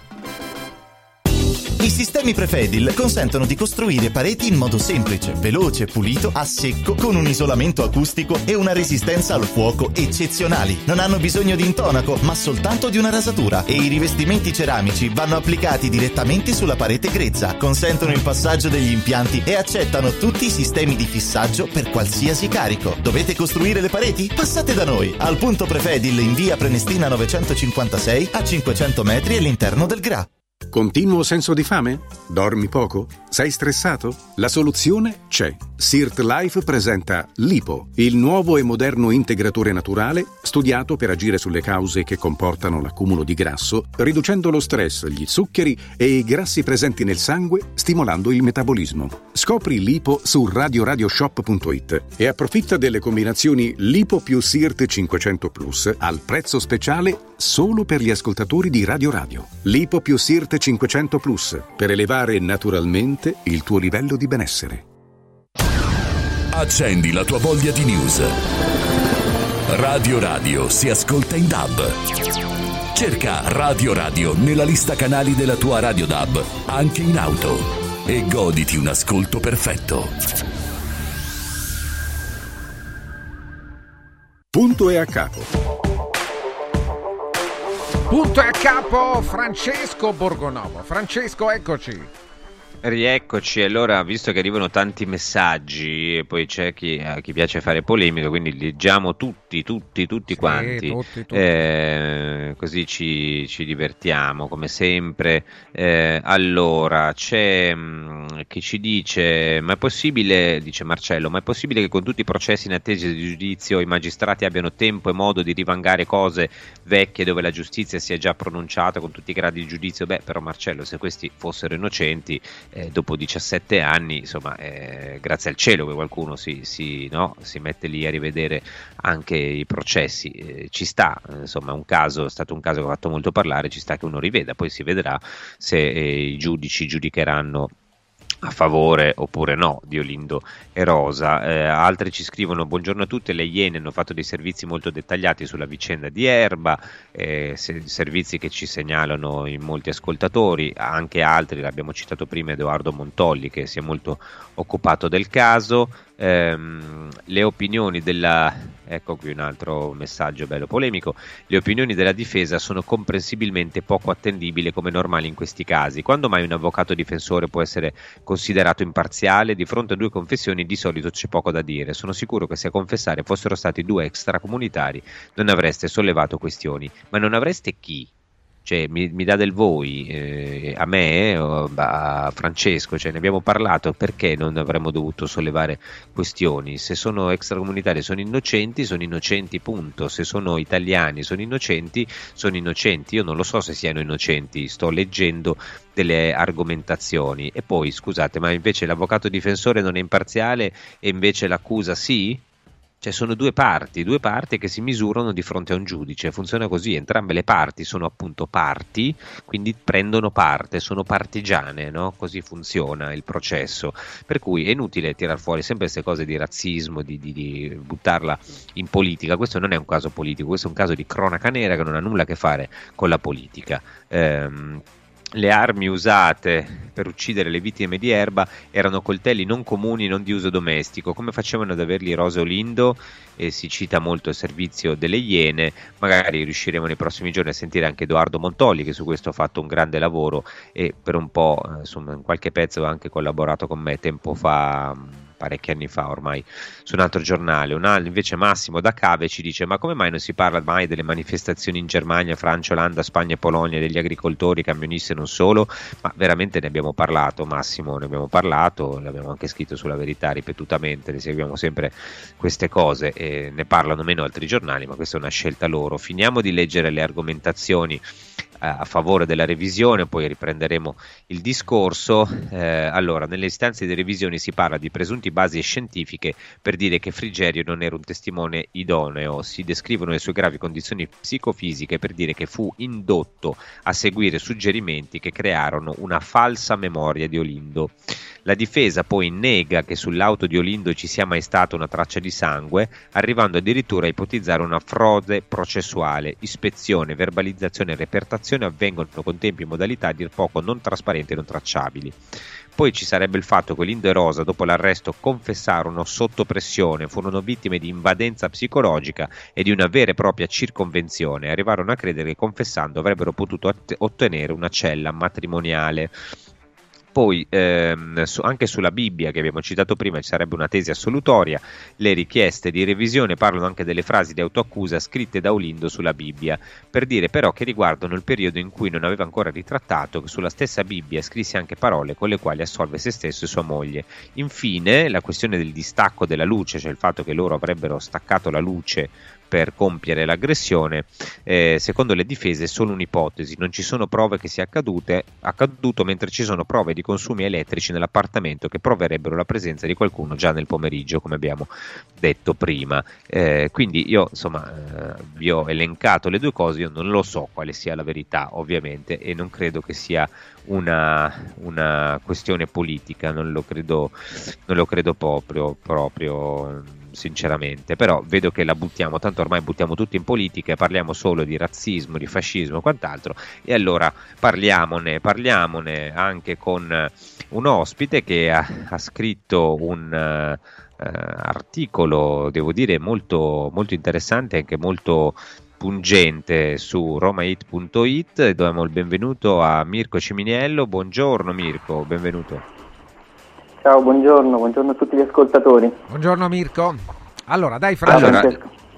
Speaker 14: I sistemi Prefedil consentono di costruire pareti in modo semplice, veloce, pulito, a secco, con un isolamento acustico e una resistenza al fuoco eccezionali. Non hanno bisogno di intonaco, ma soltanto di una rasatura, e i rivestimenti ceramici vanno applicati direttamente sulla parete grezza, consentono il passaggio degli impianti e accettano tutti i sistemi di fissaggio per qualsiasi carico. Dovete costruire le pareti? Passate da noi, al punto Prefedil in via Prenestina novecentocinquantasei a cinquecento metri all'interno del G R A.
Speaker 1: Continuo senso di fame? Dormi poco? Sei stressato? La soluzione c'è. Sirt Life presenta Lipo, il nuovo e moderno integratore naturale studiato per agire sulle cause che comportano l'accumulo di grasso, riducendo lo stress, gli zuccheri e i grassi presenti nel sangue, stimolando il metabolismo. Scopri Lipo su radio radio shop punto it e approfitta delle combinazioni Lipo più Sirt cinquecento plus al prezzo speciale solo per gli ascoltatori di Radio Radio. Lipo più Sirt cinquecento plus per elevare naturalmente il tuo livello di benessere.
Speaker 15: Accendi la tua voglia di news. Radio Radio si ascolta in D A B. Cerca Radio Radio nella lista canali della tua Radio D A B, anche in auto, e goditi un ascolto perfetto.
Speaker 1: Punto e a capo.
Speaker 2: Punto e a capo, Francesco Borgonovo. Francesco, eccoci.
Speaker 3: Rieccoci, allora, visto che arrivano tanti messaggi e poi c'è chi, a chi piace fare polemica, quindi leggiamo tutti, tutti, tutti
Speaker 2: sì,
Speaker 3: quanti,
Speaker 2: tutti, tutti.
Speaker 3: Eh, così ci, ci divertiamo come sempre. Eh, allora, c'è mh, chi ci dice, ma è possibile, dice Marcello, ma è possibile che con tutti i processi in attesa di giudizio i magistrati abbiano tempo e modo di rivangare cose vecchie dove la giustizia si è già pronunciata con tutti i gradi di giudizio? Beh, però Marcello, se questi fossero innocenti, eh, dopo diciassette anni, insomma, eh, grazie al cielo che qualcuno si, si, no, si mette lì a rivedere anche i processi, eh, ci sta, insomma, un caso, è stato un caso che ha fatto molto parlare, ci sta che uno riveda, poi si vedrà se eh, i giudici giudicheranno a favore oppure no di Olindo e Rosa. Eh, altri ci scrivono: buongiorno a tutti, le Iene hanno fatto dei servizi molto dettagliati sulla vicenda di Erba, eh, se, servizi che ci segnalano in molti ascoltatori, anche altri, l'abbiamo citato prima, Edoardo Montolli, che si è molto occupato del caso. Ehm, le opinioni della ecco qui un altro messaggio bello polemico: le opinioni della difesa sono comprensibilmente poco attendibili come normali in questi casi. Quando mai un avvocato difensore può essere considerato imparziale? Di fronte a due confessioni di solito c'è poco da dire. Sono sicuro che se a confessare fossero stati due extracomunitari non avreste sollevato questioni, ma non avreste chi? Cioè, mi, mi dà del voi, eh, a me, o a Francesco, cioè, ne abbiamo parlato, perché non avremmo dovuto sollevare questioni? Se sono extracomunitari sono innocenti, sono innocenti punto, se sono italiani sono innocenti, sono innocenti, io non lo so se siano innocenti, sto leggendo delle argomentazioni. E poi, scusate, ma invece l'avvocato difensore non è imparziale e invece l'accusa sì? Cioè sono due parti, due parti che si misurano di fronte a un giudice, funziona così, entrambe le parti sono appunto parti, quindi prendono parte, sono partigiane, no? Così funziona il processo, per cui è inutile tirar fuori sempre queste cose di razzismo, di, di, di buttarla in politica. Questo non è un caso politico, questo è un caso di cronaca nera che non ha nulla a che fare con la politica. Ehm, Le armi usate per uccidere le vittime di Erba erano coltelli non comuni, non di uso domestico. Come facevano ad averli Rosa e Olindo? E si cita molto il servizio delle Iene. Magari riusciremo nei prossimi giorni a sentire anche Edoardo Montolli, che su questo ha fatto un grande lavoro e per un po', insomma, in qualche pezzo ha anche collaborato con me tempo fa, parecchi anni fa ormai, su un altro giornale. Un altro, invece, Massimo da Cave ci dice: ma come mai non si parla mai delle manifestazioni in Germania, Francia, Olanda, Spagna e Polonia, degli agricoltori, camionisti e non solo? Ma veramente ne abbiamo parlato, Massimo, ne abbiamo parlato, l'abbiamo anche scritto sulla Verità ripetutamente, ne seguiamo sempre queste cose e ne parlano meno altri giornali, ma questa è una scelta loro. Finiamo di leggere le argomentazioni a favore della revisione, poi riprenderemo il discorso. Eh, allora, nelle istanze di revisione si parla di presunti basi scientifiche per dire che Frigerio non era un testimone idoneo, si descrivono le sue gravi condizioni psicofisiche per dire che fu indotto a seguire suggerimenti che crearono una falsa memoria di Olindo. La difesa poi nega che sull'auto di Olindo ci sia mai stata una traccia di sangue, arrivando addirittura a ipotizzare una frode processuale. Ispezione, verbalizzazione e repertazione avvengono con tempi e modalità a dir poco non trasparenti e non tracciabili. Poi ci sarebbe il fatto che Olindo e Rosa, dopo l'arresto, confessarono sotto pressione, furono vittime di invadenza psicologica e di una vera e propria circonvenzione. Arrivarono a credere che confessando avrebbero potuto att- ottenere una cella matrimoniale. Poi ehm, su, anche sulla Bibbia che abbiamo citato prima ci sarebbe una tesi assolutoria. Le richieste di revisione parlano anche delle frasi di autoaccusa scritte da Olindo sulla Bibbia, per dire però che riguardano il periodo in cui non aveva ancora ritrattato che sulla stessa Bibbia scrisse anche parole con le quali assolve se stesso e sua moglie. Infine la questione del distacco della luce, cioè il fatto che loro avrebbero staccato la luce per compiere l'aggressione, eh, secondo le difese è solo un'ipotesi, non ci sono prove che sia accadute, accaduto, mentre ci sono prove di consumi elettrici nell'appartamento che proverebbero la presenza di qualcuno già nel pomeriggio, come abbiamo detto prima. Eh, quindi io insomma eh, vi ho elencato le due cose, io non lo so quale sia la verità ovviamente e non credo che sia una, una questione politica, non lo credo, non lo credo proprio, proprio sinceramente, però vedo che la buttiamo, tanto ormai buttiamo tutto in politica e parliamo solo di razzismo, di fascismo e quant'altro, e allora parliamone, parliamone anche con un ospite che ha, ha scritto un uh, articolo, devo dire, molto, molto interessante, anche molto pungente su romahit punto it, e diamo il benvenuto a Mirko Ciminiello. Buongiorno Mirko, benvenuto.
Speaker 16: Ciao, buongiorno, buongiorno a tutti gli ascoltatori.
Speaker 2: Buongiorno Mirko. Allora, dai Francesco.
Speaker 3: Allora,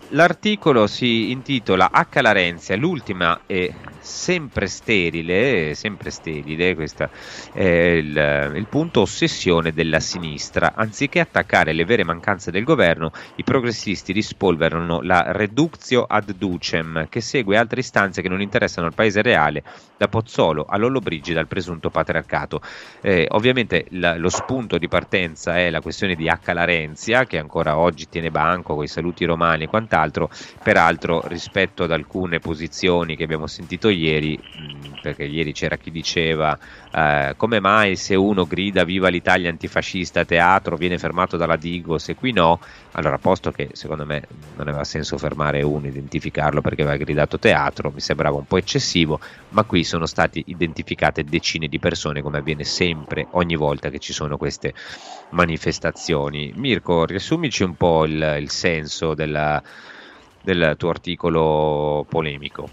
Speaker 3: l'articolo si intitola H. Larenzia, l'ultima e sempre sterile, sempre sterile, questo è il, il punto, ossessione della sinistra. Anziché attaccare le vere mancanze del governo, i progressisti rispolverano la reductio ad ducem, che segue altre istanze che non interessano il paese reale, da Pozzolo a Lollobrigida al presunto patriarcato. Eh, ovviamente la, lo spunto di partenza è la questione di H. Larenzia, che ancora oggi tiene banco con i saluti romani e quant'altro, peraltro rispetto ad alcune posizioni che abbiamo sentito ieri, mh, perché ieri c'era chi diceva eh, come mai se uno grida viva l'Italia antifascista a teatro viene fermato dalla Digos e qui no. Allora, posto che secondo me non aveva senso fermare uno, identificarlo perché aveva gridato teatro, mi sembrava un po' eccessivo, ma qui sono state identificate decine di persone, come avviene sempre ogni volta che ci sono queste manifestazioni. Mirko, riassumici un po' il, il senso della, del tuo articolo polemico.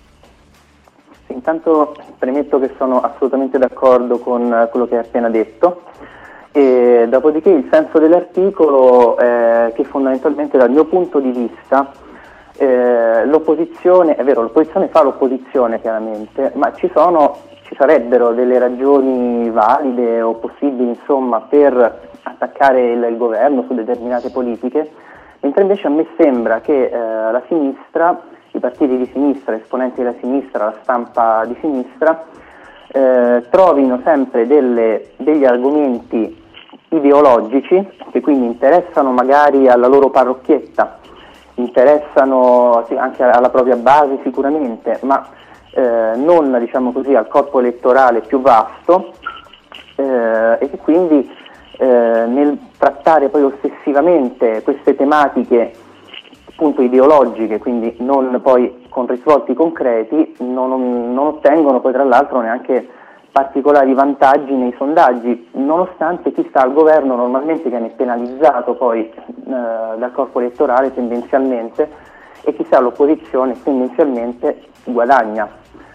Speaker 16: Intanto premetto che sono assolutamente d'accordo con quello che hai appena detto, e dopodiché il senso dell'articolo è che fondamentalmente dal mio punto di vista eh, l'opposizione, è vero, l'opposizione fa l'opposizione chiaramente, ma ci sono, ci sarebbero delle ragioni valide o possibili insomma per attaccare il, il governo su determinate politiche, mentre invece a me sembra che eh, la sinistra, i partiti di sinistra, esponenti della sinistra, la stampa di sinistra, eh, trovino sempre delle, degli argomenti ideologici che quindi interessano magari alla loro parrocchietta, interessano sì, anche alla propria base sicuramente, ma eh, non diciamo così al corpo elettorale più vasto, eh, e che quindi eh, nel trattare poi ossessivamente queste tematiche appunto ideologiche, quindi non poi con risvolti concreti, non, non ottengono poi tra l'altro neanche particolari vantaggi nei sondaggi, nonostante chi sta al governo normalmente viene penalizzato poi eh, dal corpo elettorale tendenzialmente, e chi sta all'opposizione tendenzialmente guadagna.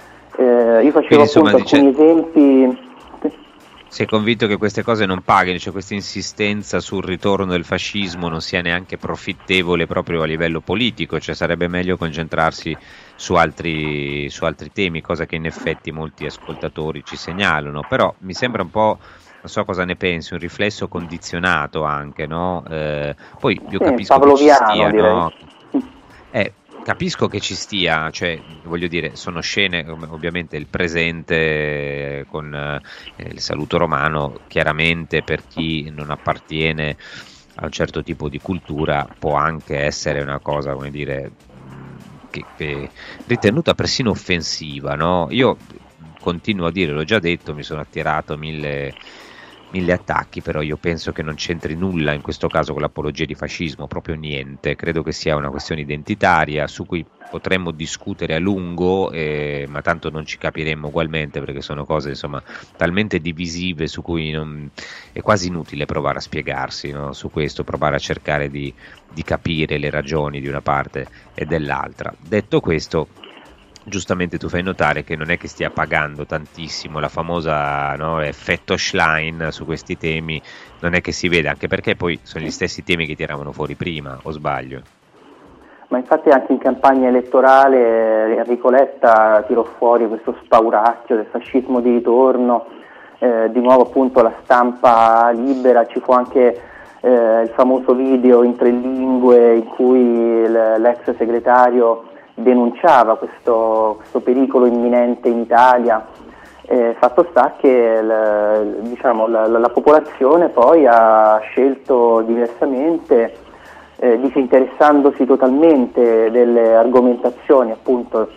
Speaker 16: Eh, io facevo Quindi, insomma, appunto dice... alcuni esempi.
Speaker 3: Sei convinto che queste cose non paghino, cioè questa insistenza sul ritorno del fascismo non sia neanche profittevole proprio a livello politico, cioè sarebbe meglio concentrarsi su altri, su altri temi, cosa che in effetti molti ascoltatori ci segnalano, però mi sembra un po', non so cosa ne pensi, un riflesso condizionato anche, no? Eh, poi io
Speaker 16: sì,
Speaker 3: capisco che ci stia, no? Eh, Capisco che ci stia, cioè voglio dire, sono scene, ovviamente il presente con eh, il saluto romano, chiaramente per chi non appartiene a un certo tipo di cultura può anche essere una cosa, come dire, che, che ritenuta persino offensiva, no? Io continuo a dire, l'ho già detto, mi sono attirato mille mille attacchi, però io penso che non c'entri nulla in questo caso con l'apologia di fascismo, proprio niente. Credo che sia una questione identitaria su cui potremmo discutere a lungo, eh, ma tanto non ci capiremmo ugualmente, perché sono cose insomma talmente divisive su cui non, è quasi inutile provare a spiegarsi, no? Su questo, provare a cercare di, di capire le ragioni di una parte e dell'altra. Detto questo, giustamente tu fai notare che non è che stia pagando tantissimo la famosa, no, effetto Schlein su questi temi, non è che si vede, anche perché poi sono gli stessi temi che tiravano fuori prima, o sbaglio?
Speaker 16: Ma infatti anche in campagna elettorale Enrico Letta tirò fuori questo spauracchio del fascismo di ritorno, eh, di nuovo appunto la stampa libera, ci fu anche eh, il famoso video in tre lingue in cui l'ex segretario denunciava questo, questo pericolo imminente in Italia. Eh, fatto sta che l, diciamo, la, la, la popolazione poi ha scelto diversamente, eh, disinteressandosi totalmente delle argomentazioni appunto,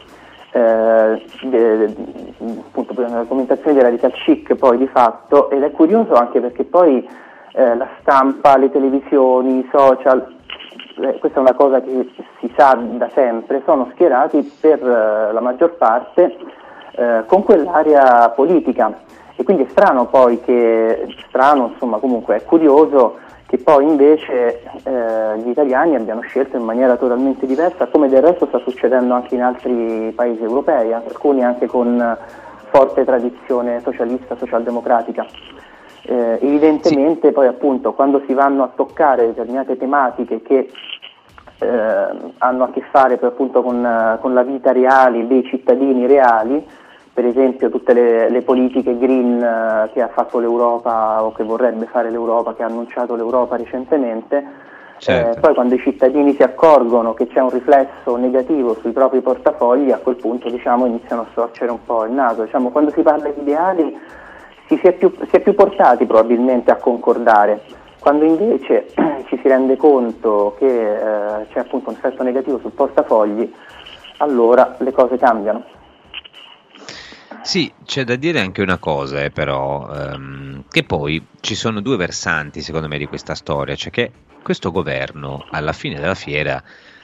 Speaker 16: eh, de, de, appunto delle argomentazioni dei radical chic poi di fatto, ed è curioso anche perché poi eh, la stampa, le televisioni, i social, questa è una cosa che si sa da sempre, sono schierati per eh, la maggior parte eh, con quell'area politica, e quindi è strano poi che, strano insomma comunque è curioso che poi invece eh, gli italiani abbiano scelto in maniera totalmente diversa, come del resto sta succedendo anche in altri paesi europei, alcuni anche con forte tradizione socialista, socialdemocratica. Eh, evidentemente sì. Poi appunto quando si vanno a toccare determinate tematiche che eh, hanno a che fare per, appunto con, con la vita reale dei cittadini reali, per esempio tutte le, le politiche green eh, che ha fatto l'Europa o che vorrebbe fare l'Europa, che ha annunciato l'Europa recentemente.
Speaker 3: Certo.
Speaker 16: Eh, poi quando i cittadini si accorgono che c'è un riflesso negativo sui propri portafogli, a quel punto diciamo iniziano a storcere un po' il naso. Diciamo, quando si parla di ideali si, si, è più, si è più portati probabilmente a concordare, quando invece ci si rende conto che eh, c'è appunto un effetto negativo sul portafogli, allora le cose cambiano.
Speaker 3: Sì, c'è da dire anche una cosa, eh, però, ehm, che poi ci sono due versanti secondo me di questa storia, cioè che questo governo alla fine della fiera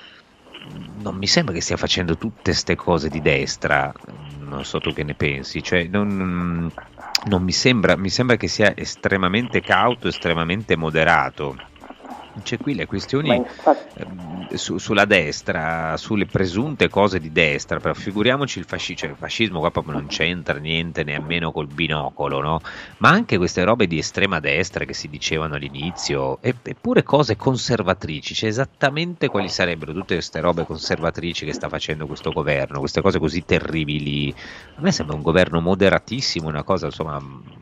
Speaker 3: non mi sembra che stia facendo tutte ste cose di destra, non so tu che ne pensi, cioè non, non mi sembra, mi sembra che sia estremamente cauto, estremamente moderato. C'è qui le questioni eh, su, sulla destra, sulle presunte cose di destra, però figuriamoci il fascismo, cioè il fascismo qua proprio non c'entra niente nemmeno col binocolo, no? Ma anche queste robe di estrema destra che si dicevano all'inizio, e, eppure cose conservatrici, cioè esattamente quali sarebbero tutte queste robe conservatrici che sta facendo questo governo, queste cose così terribili. A me sembra un governo moderatissimo, una cosa insomma,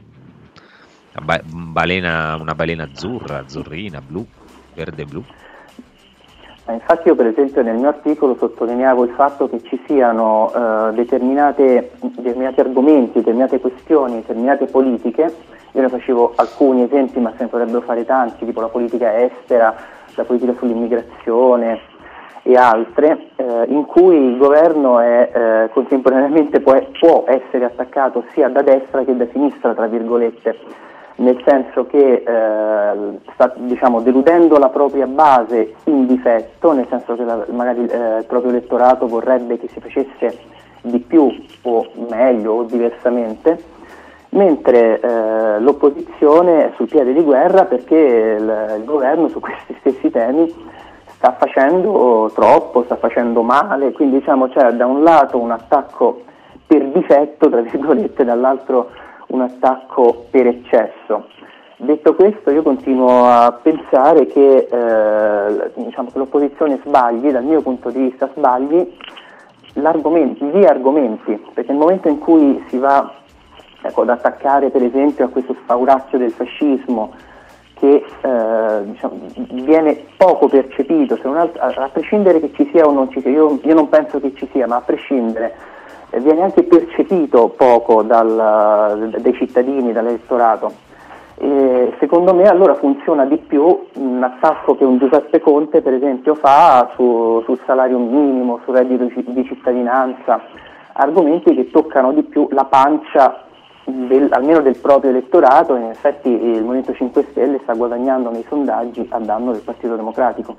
Speaker 3: una ba- balena, una balena azzurra, azzurrina, blu. Verde e blu.
Speaker 16: Infatti io per esempio nel mio articolo sottolineavo il fatto che ci siano eh, determinate, determinati argomenti, determinate questioni, determinate politiche. Io ne facevo alcuni esempi, ma se ne potrebbero fare tanti, tipo la politica estera, la politica sull'immigrazione e altre, eh, in cui il governo è eh, contemporaneamente può, può essere attaccato sia da destra che da sinistra, tra virgolette, nel senso che eh, sta diciamo deludendo la propria base in difetto, nel senso che la, magari eh, il proprio elettorato vorrebbe che si facesse di più o meglio o diversamente, mentre eh, l'opposizione è sul piede di guerra perché il, il governo su questi stessi temi sta facendo troppo, sta facendo male, quindi diciamo c'è da un lato un attacco per difetto, tra virgolette, dall'altro un attacco per eccesso. Detto questo, io continuo a pensare che, eh, diciamo che l'opposizione sbagli, dal mio punto di vista sbagli l'argomento, gli argomenti, perché nel momento in cui si va ecco, ad attaccare per esempio a questo sfauracchio del fascismo che eh, diciamo, viene poco percepito, se non altro, a, a prescindere che ci sia o non ci sia, io, io non penso che ci sia, ma a prescindere viene anche percepito poco dal, dai cittadini, dall'elettorato. E secondo me allora funziona di più un attacco che un Giuseppe Conte per esempio fa su, sul salario minimo, sul reddito di cittadinanza, argomenti che toccano di più la pancia del, almeno del proprio elettorato, e in effetti il Movimento cinque Stelle sta guadagnando nei sondaggi a danno del Partito Democratico.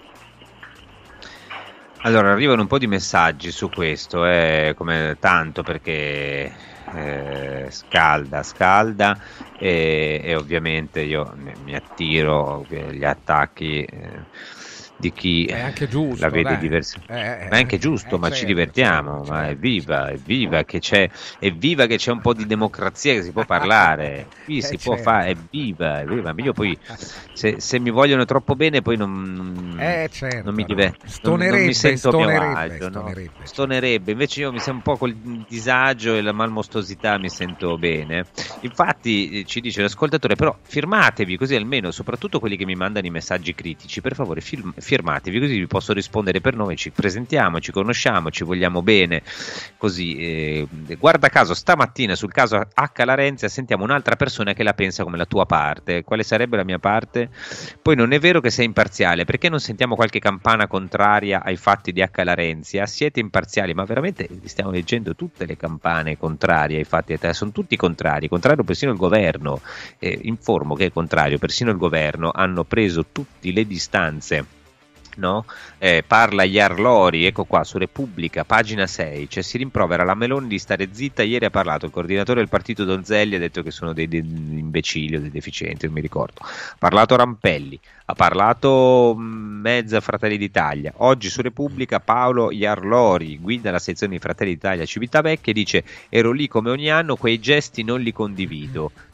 Speaker 3: Allora, arrivano un po' di messaggi su questo, eh, come tanto perché eh, scalda, scalda e, e ovviamente io mi attiro agli attacchi eh, di chi
Speaker 2: è anche giusto,
Speaker 3: la vede
Speaker 2: dai.
Speaker 3: diversa.
Speaker 2: Eh,
Speaker 3: ma è anche giusto,
Speaker 2: eh,
Speaker 3: ma
Speaker 2: certo,
Speaker 3: ci divertiamo,
Speaker 2: certo,
Speaker 3: ma è
Speaker 2: certo.
Speaker 3: viva, è viva che c'è, è viva che c'è un po' di democrazia, che si può parlare, qui
Speaker 2: Eh,
Speaker 3: si
Speaker 2: certo.
Speaker 3: può fare, è viva, è viva. Io poi se, se mi vogliono troppo bene poi non,
Speaker 2: Eh, certo,
Speaker 3: non mi
Speaker 2: no.
Speaker 3: diverto, non,
Speaker 2: Stonerebbe,
Speaker 3: non mi sento a mio
Speaker 2: stonerebbe,
Speaker 3: agio, no?
Speaker 2: stonerebbe.
Speaker 3: Stonerebbe, invece io mi sento un po' col disagio e la malmostosità mi sento bene. Infatti eh, ci dice l'ascoltatore, però firmatevi così almeno, soprattutto quelli che mi mandano i messaggi critici, per favore film- firmatevi così vi posso rispondere per noi, ci presentiamo, ci conosciamo, ci vogliamo bene, così eh, guarda caso stamattina sul caso H. Larenzia sentiamo un'altra persona che la pensa come la tua parte. Quale sarebbe la mia parte? Poi non è vero che sei imparziale, perché non sentiamo qualche campana contraria ai fatti di H. Larenzia? Siete imparziali, ma veramente stiamo leggendo tutte le campane contrarie ai fatti di te, sono tutti contrari, contrario persino il governo, eh, informo che è contrario persino il governo, hanno preso tutte le distanze. No? Eh, parla Iarlori, ecco qua su Repubblica, pagina sei, cioè si rimprovera la Meloni di stare zitta. Ieri ha parlato il coordinatore del partito Donzelli, ha detto che sono dei, dei imbecilli o dei deficienti, non mi ricordo. Ha parlato Rampelli, ha parlato mezza Fratelli d'Italia. Oggi su Repubblica Paolo Iarlori, guida la sezione di Fratelli d'Italia Civitavecchia, e dice: ero lì come ogni anno, quei gesti non li condivido.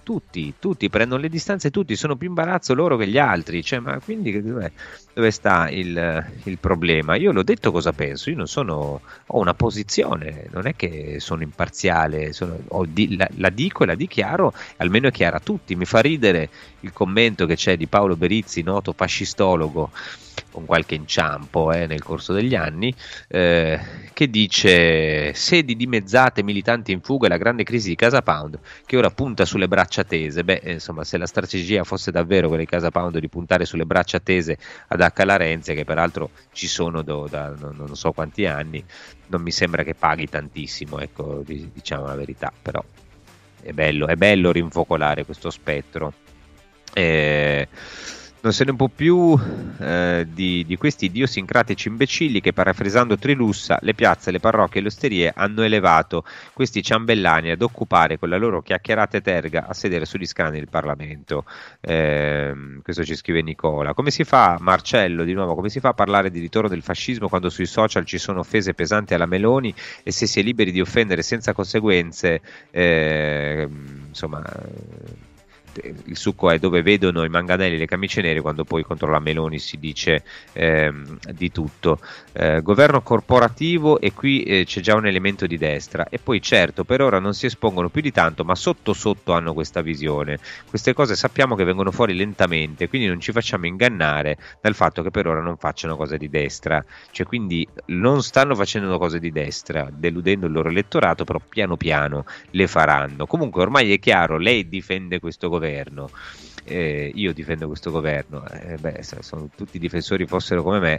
Speaker 3: tutti, tutti prendono le distanze, tutti sono più imbarazzo loro che gli altri, cioè, ma quindi dove, dove sta il, il problema? Io l'ho detto cosa penso, io non sono, ho una posizione, non è che sono imparziale, sono, ho di, la, la dico e la dichiaro, almeno è chiara a tutti. Mi fa ridere il commento che c'è di Paolo Berizzi, noto fascistologo, con qualche inciampo eh, nel corso degli anni, eh, che dice: sedi dimezzate, militanti in fuga e la grande crisi di Casa Pound che ora punta sulle braccia tese. Beh, insomma, se la strategia fosse davvero quella di Casa Pound di puntare sulle braccia tese ad Acca Larenzia, che peraltro ci sono do, da non, non so quanti anni, non mi sembra che paghi tantissimo, ecco, diciamo la verità. Però è bello, è bello rinfocolare questo spettro. Eh, non se ne può più eh, di, di questi idiosincratici imbecilli che, parafrasando Trilussa, le piazze, le parrocchie e le osterie hanno elevato questi ciambellani ad occupare con la loro chiacchierata terga a sedere sugli scranni del Parlamento. Eh, questo ci scrive Nicola. Come si fa, Marcello, di nuovo, come si fa a parlare di ritorno del fascismo quando sui social ci sono offese pesanti alla Meloni e se si è liberi di offendere senza conseguenze, eh, insomma... il succo è dove vedono i manganelli e le camicie nere, quando poi contro la Meloni si dice ehm, di tutto. Eh, governo corporativo, e qui eh, c'è già un elemento di destra, e poi certo per ora non si espongono più di tanto, ma sotto sotto hanno questa visione. Queste cose sappiamo che vengono fuori lentamente, quindi non ci facciamo ingannare dal fatto che per ora non facciano cose di destra, cioè quindi non stanno facendo cose di destra, deludendo il loro elettorato, però piano piano le faranno. Comunque ormai è chiaro, lei difende questo governo, Governo. Eh, io difendo questo governo, eh, beh, se sono tutti difensori fossero come me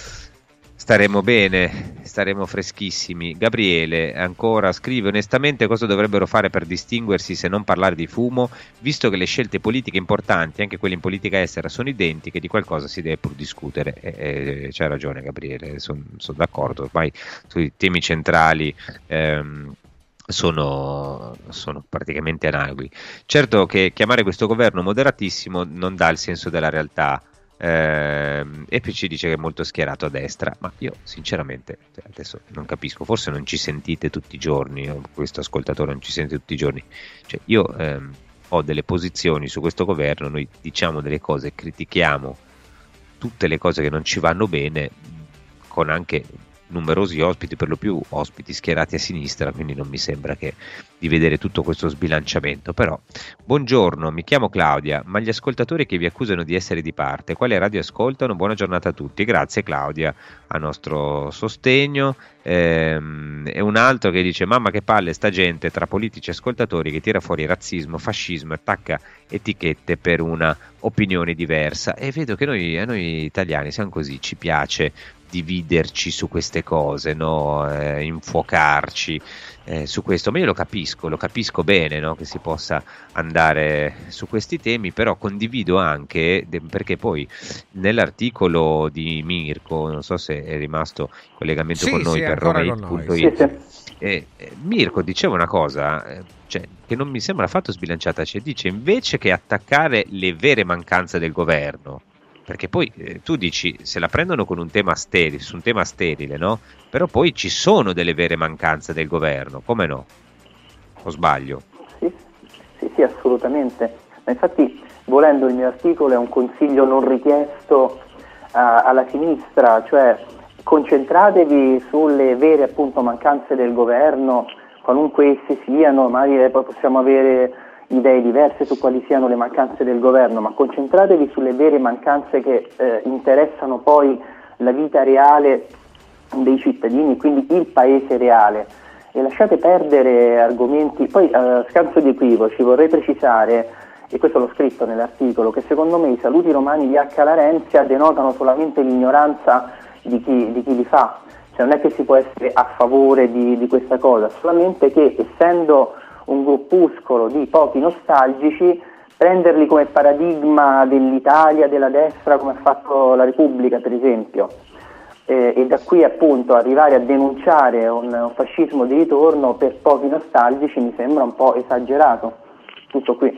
Speaker 3: staremo bene, staremo freschissimi. Gabriele ancora scrive: onestamente cosa dovrebbero fare per distinguersi se non parlare di fumo, visto che le scelte politiche importanti, anche quelle in politica estera, sono identiche, di qualcosa si deve pur discutere. Eh, eh, c'hai ragione Gabriele, sono son d'accordo, ormai sui temi centrali ehm, Sono, sono praticamente analoghi. Certo che chiamare questo governo moderatissimo non dà il senso della realtà. eh, E P C dice che è molto schierato a destra, ma io sinceramente adesso non capisco, forse non ci sentite tutti i giorni, questo ascoltatore non ci sente tutti i giorni, cioè io ehm, ho delle posizioni su questo governo, noi diciamo delle cose, critichiamo tutte le cose che non ci vanno bene, con anche numerosi ospiti, per lo più ospiti schierati a sinistra, quindi non mi sembra che di vedere tutto questo sbilanciamento. Però buongiorno, mi chiamo Claudia, ma gli ascoltatori che vi accusano di essere di parte, quale radio ascoltano? Buona giornata a tutti. Grazie Claudia a nostro sostegno. Ehm, e un altro che dice: mamma che palle sta gente tra politici e ascoltatori che tira fuori razzismo, fascismo, attacca etichette per una opinione diversa. E vedo che noi, a noi italiani siamo così, ci piace dividerci su queste cose, no? eh, infuocarci eh, su questo, ma io lo capisco, lo capisco bene, no? Che si possa andare su questi temi, però condivido anche, de- perché poi nell'articolo di Mirko, non so se è rimasto in collegamento
Speaker 2: sì,
Speaker 3: con noi
Speaker 2: sì,
Speaker 3: per Roma punto it,
Speaker 16: sì, sì.
Speaker 3: eh, Mirko diceva una cosa eh, cioè, che non mi sembra affatto sbilanciata, cioè dice: invece che attaccare le vere mancanze del governo, perché poi eh, tu dici se la prendono con un tema sterile, su un tema sterile, no? Però poi ci sono delle vere mancanze del governo, come no? O sbaglio?
Speaker 16: Sì, sì, sì, assolutamente. Ma infatti, volendo, il mio articolo è un consiglio non richiesto uh, alla sinistra, cioè concentratevi sulle vere appunto mancanze del governo, qualunque esse siano, magari poi possiamo avere idee diverse su quali siano le mancanze del governo, ma concentratevi sulle vere mancanze che eh, interessano poi la vita reale dei cittadini, quindi il paese reale, e lasciate perdere argomenti. Poi a eh, scanso di equivoci vorrei precisare, e questo l'ho scritto nell'articolo, che secondo me i saluti romani di Acca Larenzia denotano solamente l'ignoranza di chi, di chi li fa, cioè non è che si può essere a favore di, di questa cosa, solamente che essendo un gruppuscolo di pochi nostalgici, prenderli come paradigma dell'Italia, della destra, come ha fatto la Repubblica per esempio, eh, e da qui appunto arrivare a denunciare un, un fascismo di ritorno per pochi nostalgici mi sembra un po' esagerato. Tutto qui.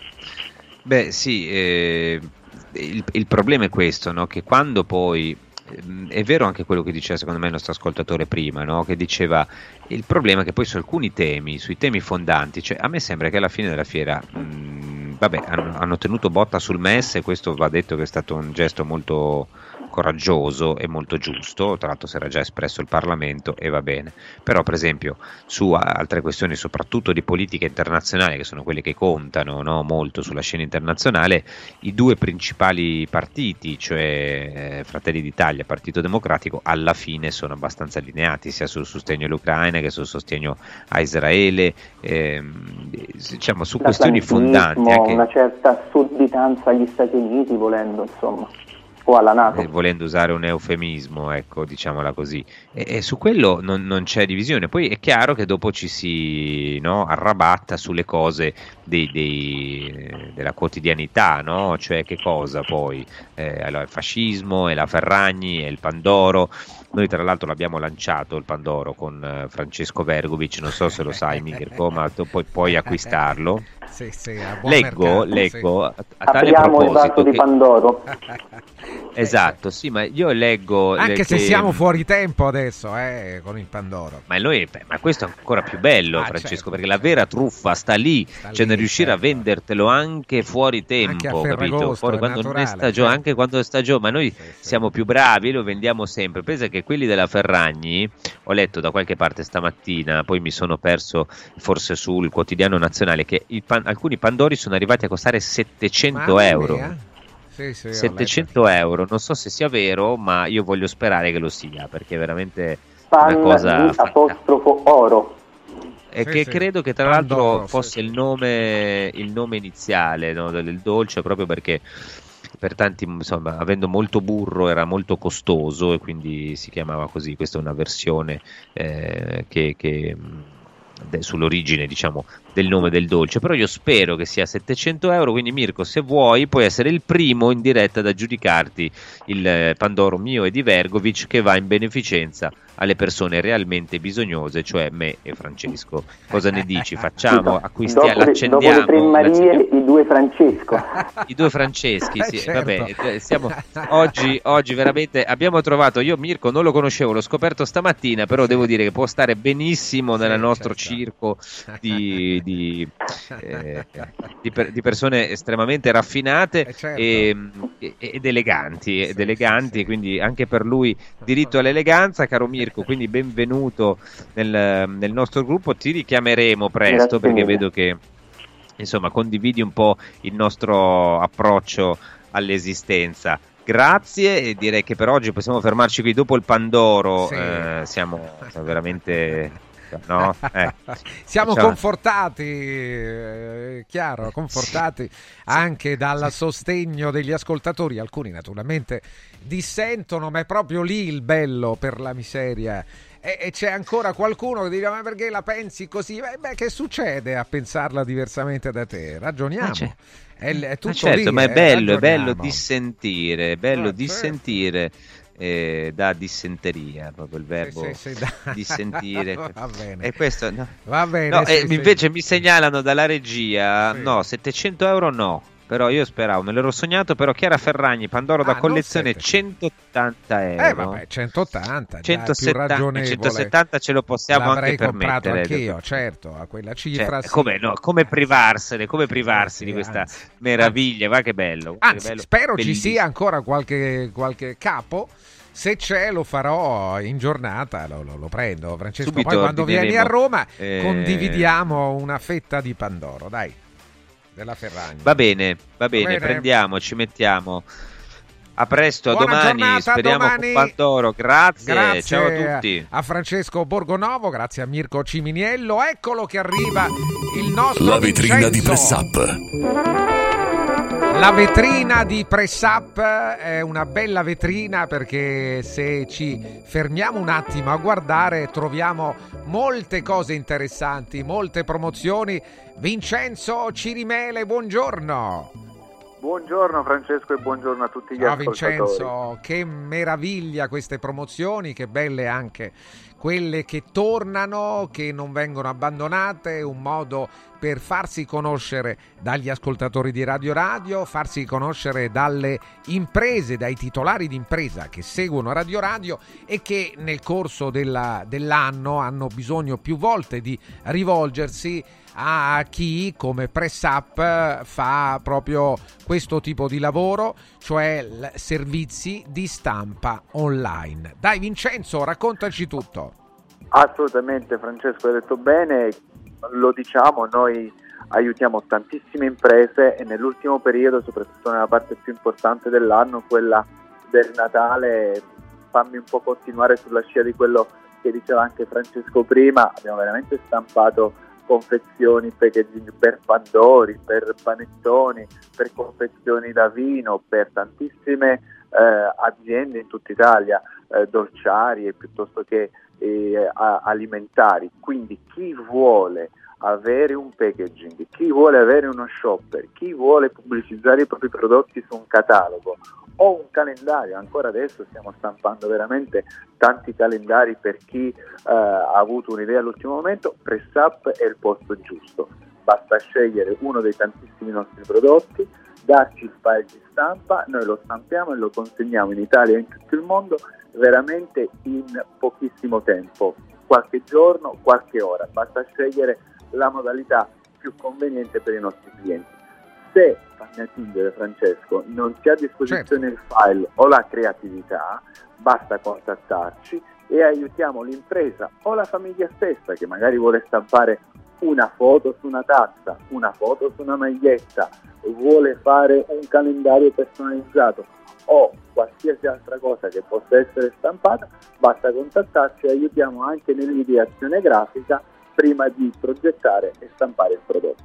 Speaker 3: Beh sì, eh, il, il problema è questo, no? Che quando poi è vero anche quello che diceva secondo me il nostro ascoltatore prima, no? Che diceva il problema è che poi su alcuni temi, sui temi fondanti, cioè a me sembra che alla fine della fiera mh, vabbè, hanno, hanno tenuto botta sul M E S e questo va detto che è stato un gesto molto coraggioso e molto giusto, tra l'altro si era già espresso il Parlamento e va bene, però per esempio su altre questioni soprattutto di politica internazionale, che sono quelle che contano, no, molto sulla scena internazionale, i due principali partiti, cioè eh, Fratelli d'Italia e Partito Democratico, alla fine sono abbastanza allineati sia sul sostegno all'Ucraina che sul sostegno a Israele, ehm, diciamo su questioni fondanti, anche
Speaker 16: una certa sudditanza agli Stati Uniti, volendo, insomma, o alla NATO,
Speaker 3: eh, volendo usare un eufemismo, ecco, diciamola così, e, e su quello non, non c'è divisione. Poi è chiaro che dopo ci si, no, arrabatta sulle cose dei, dei, della quotidianità, no? Cioè che cosa poi eh, allora, il fascismo e la Ferragni e il Pandoro. Noi tra l'altro l'abbiamo lanciato il Pandoro con uh, Francesco Vergovic, non so se lo sai Mirko, ma tu puoi, puoi acquistarlo.
Speaker 2: Sì, sì, a buon
Speaker 3: leggo,
Speaker 2: mercato,
Speaker 3: leggo
Speaker 2: sì.
Speaker 3: a, a tale
Speaker 16: Apriamo il
Speaker 3: proposito
Speaker 16: vaso di
Speaker 3: che...
Speaker 16: Pandoro.
Speaker 3: Esatto, sì, ma io leggo
Speaker 2: anche
Speaker 3: le,
Speaker 2: se
Speaker 3: che...
Speaker 2: siamo fuori tempo adesso eh, con il Pandoro.
Speaker 3: Ma, noi, beh, ma questo è ancora più bello,
Speaker 2: ah,
Speaker 3: Francesco,
Speaker 2: certo,
Speaker 3: perché la vera truffa sta lì,
Speaker 2: sta
Speaker 3: cioè
Speaker 2: lì,
Speaker 3: nel riuscire
Speaker 2: certo.
Speaker 3: a vendertelo anche fuori tempo,
Speaker 2: anche a
Speaker 3: capito?
Speaker 2: Ferragosto,
Speaker 3: Fuori,
Speaker 2: è
Speaker 3: quando
Speaker 2: naturale,
Speaker 3: non è stagione,
Speaker 2: certo.
Speaker 3: anche quando è stagione, ma noi
Speaker 2: sì, sì.
Speaker 3: siamo più bravi, lo vendiamo sempre. Pensa che quelli della Ferragni, ho letto da qualche parte stamattina, poi mi sono perso forse sul quotidiano nazionale, che il pan, alcuni Pandori sono arrivati a costare settecento euro.
Speaker 2: Mia. Sì, sì,
Speaker 3: settecento euro, non so se sia vero, ma io voglio sperare che lo sia, perché è veramente
Speaker 16: Pan
Speaker 3: una cosa
Speaker 16: di apostrofo oro.
Speaker 3: e
Speaker 2: Sì,
Speaker 3: che
Speaker 2: sì.
Speaker 3: credo che tra l'altro
Speaker 2: Pandoro,
Speaker 3: fosse
Speaker 2: sì.
Speaker 3: il nome il nome iniziale, no, del dolce, proprio perché per tanti, insomma, avendo molto burro era molto costoso e quindi si chiamava così. Questa è una versione eh, che, che de, sull'origine, diciamo, del nome del dolce, però io spero che sia settecento euro, quindi Mirko, se vuoi puoi essere il primo in diretta ad aggiudicarti il eh, Pandoro mio e di Vergovic, che va in beneficenza alle persone realmente bisognose, cioè me e Francesco. Cosa ne dici? Facciamo, acquistiamo,
Speaker 16: dopo,
Speaker 3: l'accendiamo,
Speaker 16: dopo le tre Marie, i due Francesco.
Speaker 3: I due Franceschi, sì,
Speaker 2: Eh, certo.
Speaker 3: vabbè, siamo, oggi, oggi veramente abbiamo trovato, io Mirko non lo conoscevo, l'ho scoperto stamattina, però devo dire che può stare benissimo nel
Speaker 2: Sì,
Speaker 3: nostro
Speaker 2: certo.
Speaker 3: circo di, di, eh, di, per, di persone estremamente raffinate
Speaker 2: Eh, certo.
Speaker 3: e, ed eleganti, ed
Speaker 2: Sì,
Speaker 3: eleganti
Speaker 2: sì.
Speaker 3: quindi anche per lui diritto all'eleganza, caro Mirko, quindi benvenuto nel, nel nostro gruppo, ti richiameremo presto.
Speaker 16: Grazie
Speaker 3: perché
Speaker 16: mille.
Speaker 3: vedo che insomma condividi un po' il nostro approccio all'esistenza. Grazie, e direi che per oggi possiamo fermarci qui. Dopo il Pandoro
Speaker 2: Sì.
Speaker 3: eh, siamo, siamo veramente no? eh.
Speaker 2: Siamo
Speaker 3: Ciao.
Speaker 2: confortati, eh, chiaro, confortati anche dal sostegno degli ascoltatori. Alcuni naturalmente dissentono, ma è proprio lì il bello, per la miseria. E, e c'è ancora qualcuno che dice: ma perché la pensi così? Beh, beh, che succede a pensarla diversamente da te? Ragioniamo.
Speaker 3: Ah, c'è.
Speaker 2: È, è tutto
Speaker 3: Ma certo,
Speaker 2: lì,
Speaker 3: ma è
Speaker 2: eh,
Speaker 3: bello, è bello
Speaker 2: ragioniamo.
Speaker 3: dissentire, è bello
Speaker 2: Ah,
Speaker 3: dissentire. Eh, da dissenteria, proprio il verbo
Speaker 2: Sì, sì, sì, da-
Speaker 3: dissentire.
Speaker 2: Va bene.
Speaker 3: E questo no.
Speaker 2: Va bene,
Speaker 3: No,
Speaker 2: sì,
Speaker 3: eh,
Speaker 2: sì.
Speaker 3: invece mi segnalano dalla regia,
Speaker 2: Sì.
Speaker 3: no, settecento euro no. Però io speravo, me l'ero sognato, però Chiara Ferragni, Pandoro
Speaker 2: Ah,
Speaker 3: da
Speaker 2: non
Speaker 3: collezione,
Speaker 2: settecento.
Speaker 3: centottanta euro.
Speaker 2: Eh vabbè, centottanta, già è più
Speaker 3: centosettanta,
Speaker 2: ragionevole.
Speaker 3: centosettanta ce lo possiamo
Speaker 2: L'avrei
Speaker 3: anche
Speaker 2: comprato
Speaker 3: permettere.
Speaker 2: anch'io, certo, a quella cifra.
Speaker 3: Cioè,
Speaker 2: sì.
Speaker 3: come, no, come privarsene, come privarsi
Speaker 2: Sì,
Speaker 3: di questa
Speaker 2: anzi.
Speaker 3: meraviglia, va che bello. guarda
Speaker 2: Anzi,
Speaker 3: che bello,
Speaker 2: spero ci
Speaker 3: bellissimo.
Speaker 2: sia ancora qualche, qualche capo. Se c'è, lo farò in giornata, lo, lo, lo prendo, Francesco.
Speaker 3: Subito
Speaker 2: Poi quando vieni a
Speaker 3: ordineremo,
Speaker 2: Roma
Speaker 3: eh,
Speaker 2: condividiamo una fetta di Pandoro, dai, della Ferragni.
Speaker 3: Va bene, va bene,
Speaker 2: bene.
Speaker 3: prendiamo, ci mettiamo. A presto, a
Speaker 2: Buona
Speaker 3: domani,
Speaker 2: giornata,
Speaker 3: speriamo
Speaker 2: domani.
Speaker 3: con Pandoro. Grazie,
Speaker 2: Grazie
Speaker 3: ciao a tutti.
Speaker 2: a Francesco Borgonovo, grazie a Mirko Ciminiello. Eccolo che arriva il nostro
Speaker 15: La vetrina di
Speaker 2: Vincenzo.
Speaker 15: Press Up.
Speaker 2: La vetrina di Press Up è una bella vetrina, perché se ci fermiamo un attimo a guardare troviamo molte cose interessanti, molte promozioni. Vincenzo Cirimele, buongiorno.
Speaker 17: Buongiorno Francesco e buongiorno a tutti gli
Speaker 2: Ciao
Speaker 17: ascoltatori.
Speaker 2: Vincenzo, che meraviglia queste promozioni, che belle anche quelle che tornano, che non vengono abbandonate, un modo per farsi conoscere dagli ascoltatori di Radio Radio, farsi conoscere dalle imprese, dai titolari di impresa che seguono Radio Radio e che nel corso della, dell'anno hanno bisogno più volte di rivolgersi a chi come PressUp fa proprio questo tipo di lavoro, cioè servizi di stampa online. Dai Vincenzo, raccontaci tutto.
Speaker 17: Assolutamente Francesco, hai detto bene, lo diciamo, noi aiutiamo tantissime imprese e nell'ultimo periodo, soprattutto nella parte più importante dell'anno, quella del Natale, fammi un po' continuare sulla scia di quello che diceva anche Francesco prima, abbiamo veramente stampato confezioni, packaging per pandori, per panettoni, per confezioni da vino, per tantissime eh, aziende in tutta Italia, eh, dolciarie piuttosto che eh, alimentari. Quindi chi vuole avere un packaging, chi vuole avere uno shopper, chi vuole pubblicizzare i propri prodotti su un catalogo o un calendario, ancora adesso stiamo stampando veramente tanti calendari per chi eh, ha avuto un'idea all'ultimo momento, PressUp è il posto giusto, basta scegliere uno dei tantissimi nostri prodotti, darci il file di stampa, noi lo stampiamo e lo consegniamo in Italia e in tutto il mondo veramente in pochissimo tempo, qualche giorno, qualche ora, basta scegliere la modalità più conveniente per i nostri clienti. Se, fammi aggiungere Francesco, non si ha a disposizione certo. il file o la creatività, basta contattarci e aiutiamo l'impresa o la famiglia stessa che magari vuole stampare una foto su una tazza, una foto su una maglietta, vuole fare un calendario personalizzato o qualsiasi altra cosa che possa essere stampata, basta contattarci e aiutiamo anche nell'ideazione grafica prima di progettare e stampare il prodotto.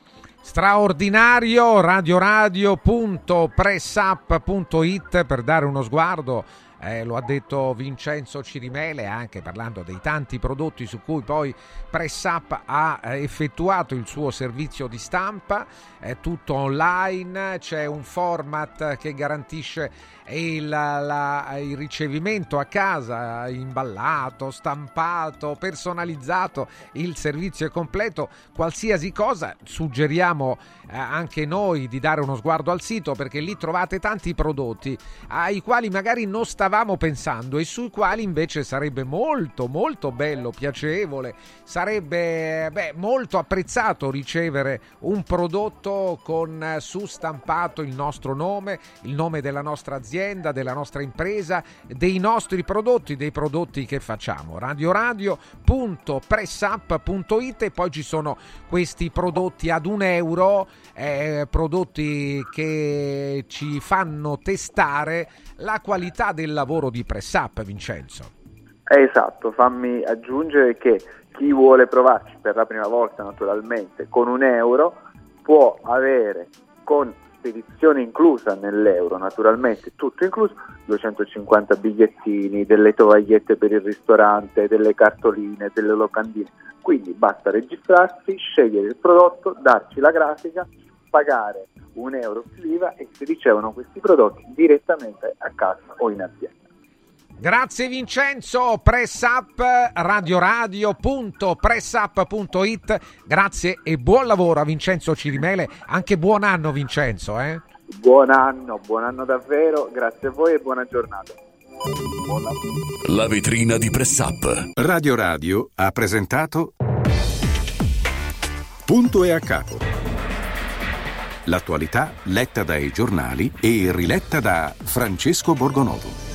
Speaker 2: Straordinario, radioradio punto pressup punto it per dare uno sguardo, eh, lo ha detto Vincenzo Cirimele anche parlando dei tanti prodotti su cui poi PressUp ha effettuato il suo servizio di stampa, è tutto online, c'è un format che garantisce il, la, il ricevimento a casa, imballato, stampato, personalizzato, il servizio è completo, qualsiasi cosa. Suggeriamo eh, anche noi di dare uno sguardo al sito perché lì trovate tanti prodotti ai quali magari non stavamo pensando e sui quali invece sarebbe molto molto bello, piacevole, sarebbe beh, molto apprezzato ricevere un prodotto con eh, su stampato il nostro nome, il nome della nostra azienda, della nostra impresa, dei nostri prodotti, dei prodotti che facciamo. radioradio punto pressup punto it e poi ci sono questi prodotti ad un euro, eh, prodotti che ci fanno testare la qualità del lavoro di PressUp, Vincenzo.
Speaker 17: Esatto, fammi aggiungere che chi vuole provarci per la prima volta naturalmente con un euro può avere con spedizione inclusa nell'euro, naturalmente tutto incluso, duecentocinquanta bigliettini, delle tovagliette per il ristorante, delle cartoline, delle locandine, quindi basta registrarsi, scegliere il prodotto, darci la grafica, pagare un euro più l'I V A e si ricevono questi prodotti direttamente a casa o in azienda.
Speaker 2: Grazie Vincenzo, PressUp, radioradio punto pressup punto it, grazie e buon lavoro a Vincenzo Cirimele, anche buon anno Vincenzo. Eh?
Speaker 17: Buon anno, buon anno davvero, grazie a voi e buona giornata. Buon
Speaker 15: La vetrina di PressUp.
Speaker 1: Radio Radio ha presentato Punto e a capo. L'attualità letta dai giornali e riletta da Francesco Borgonovo.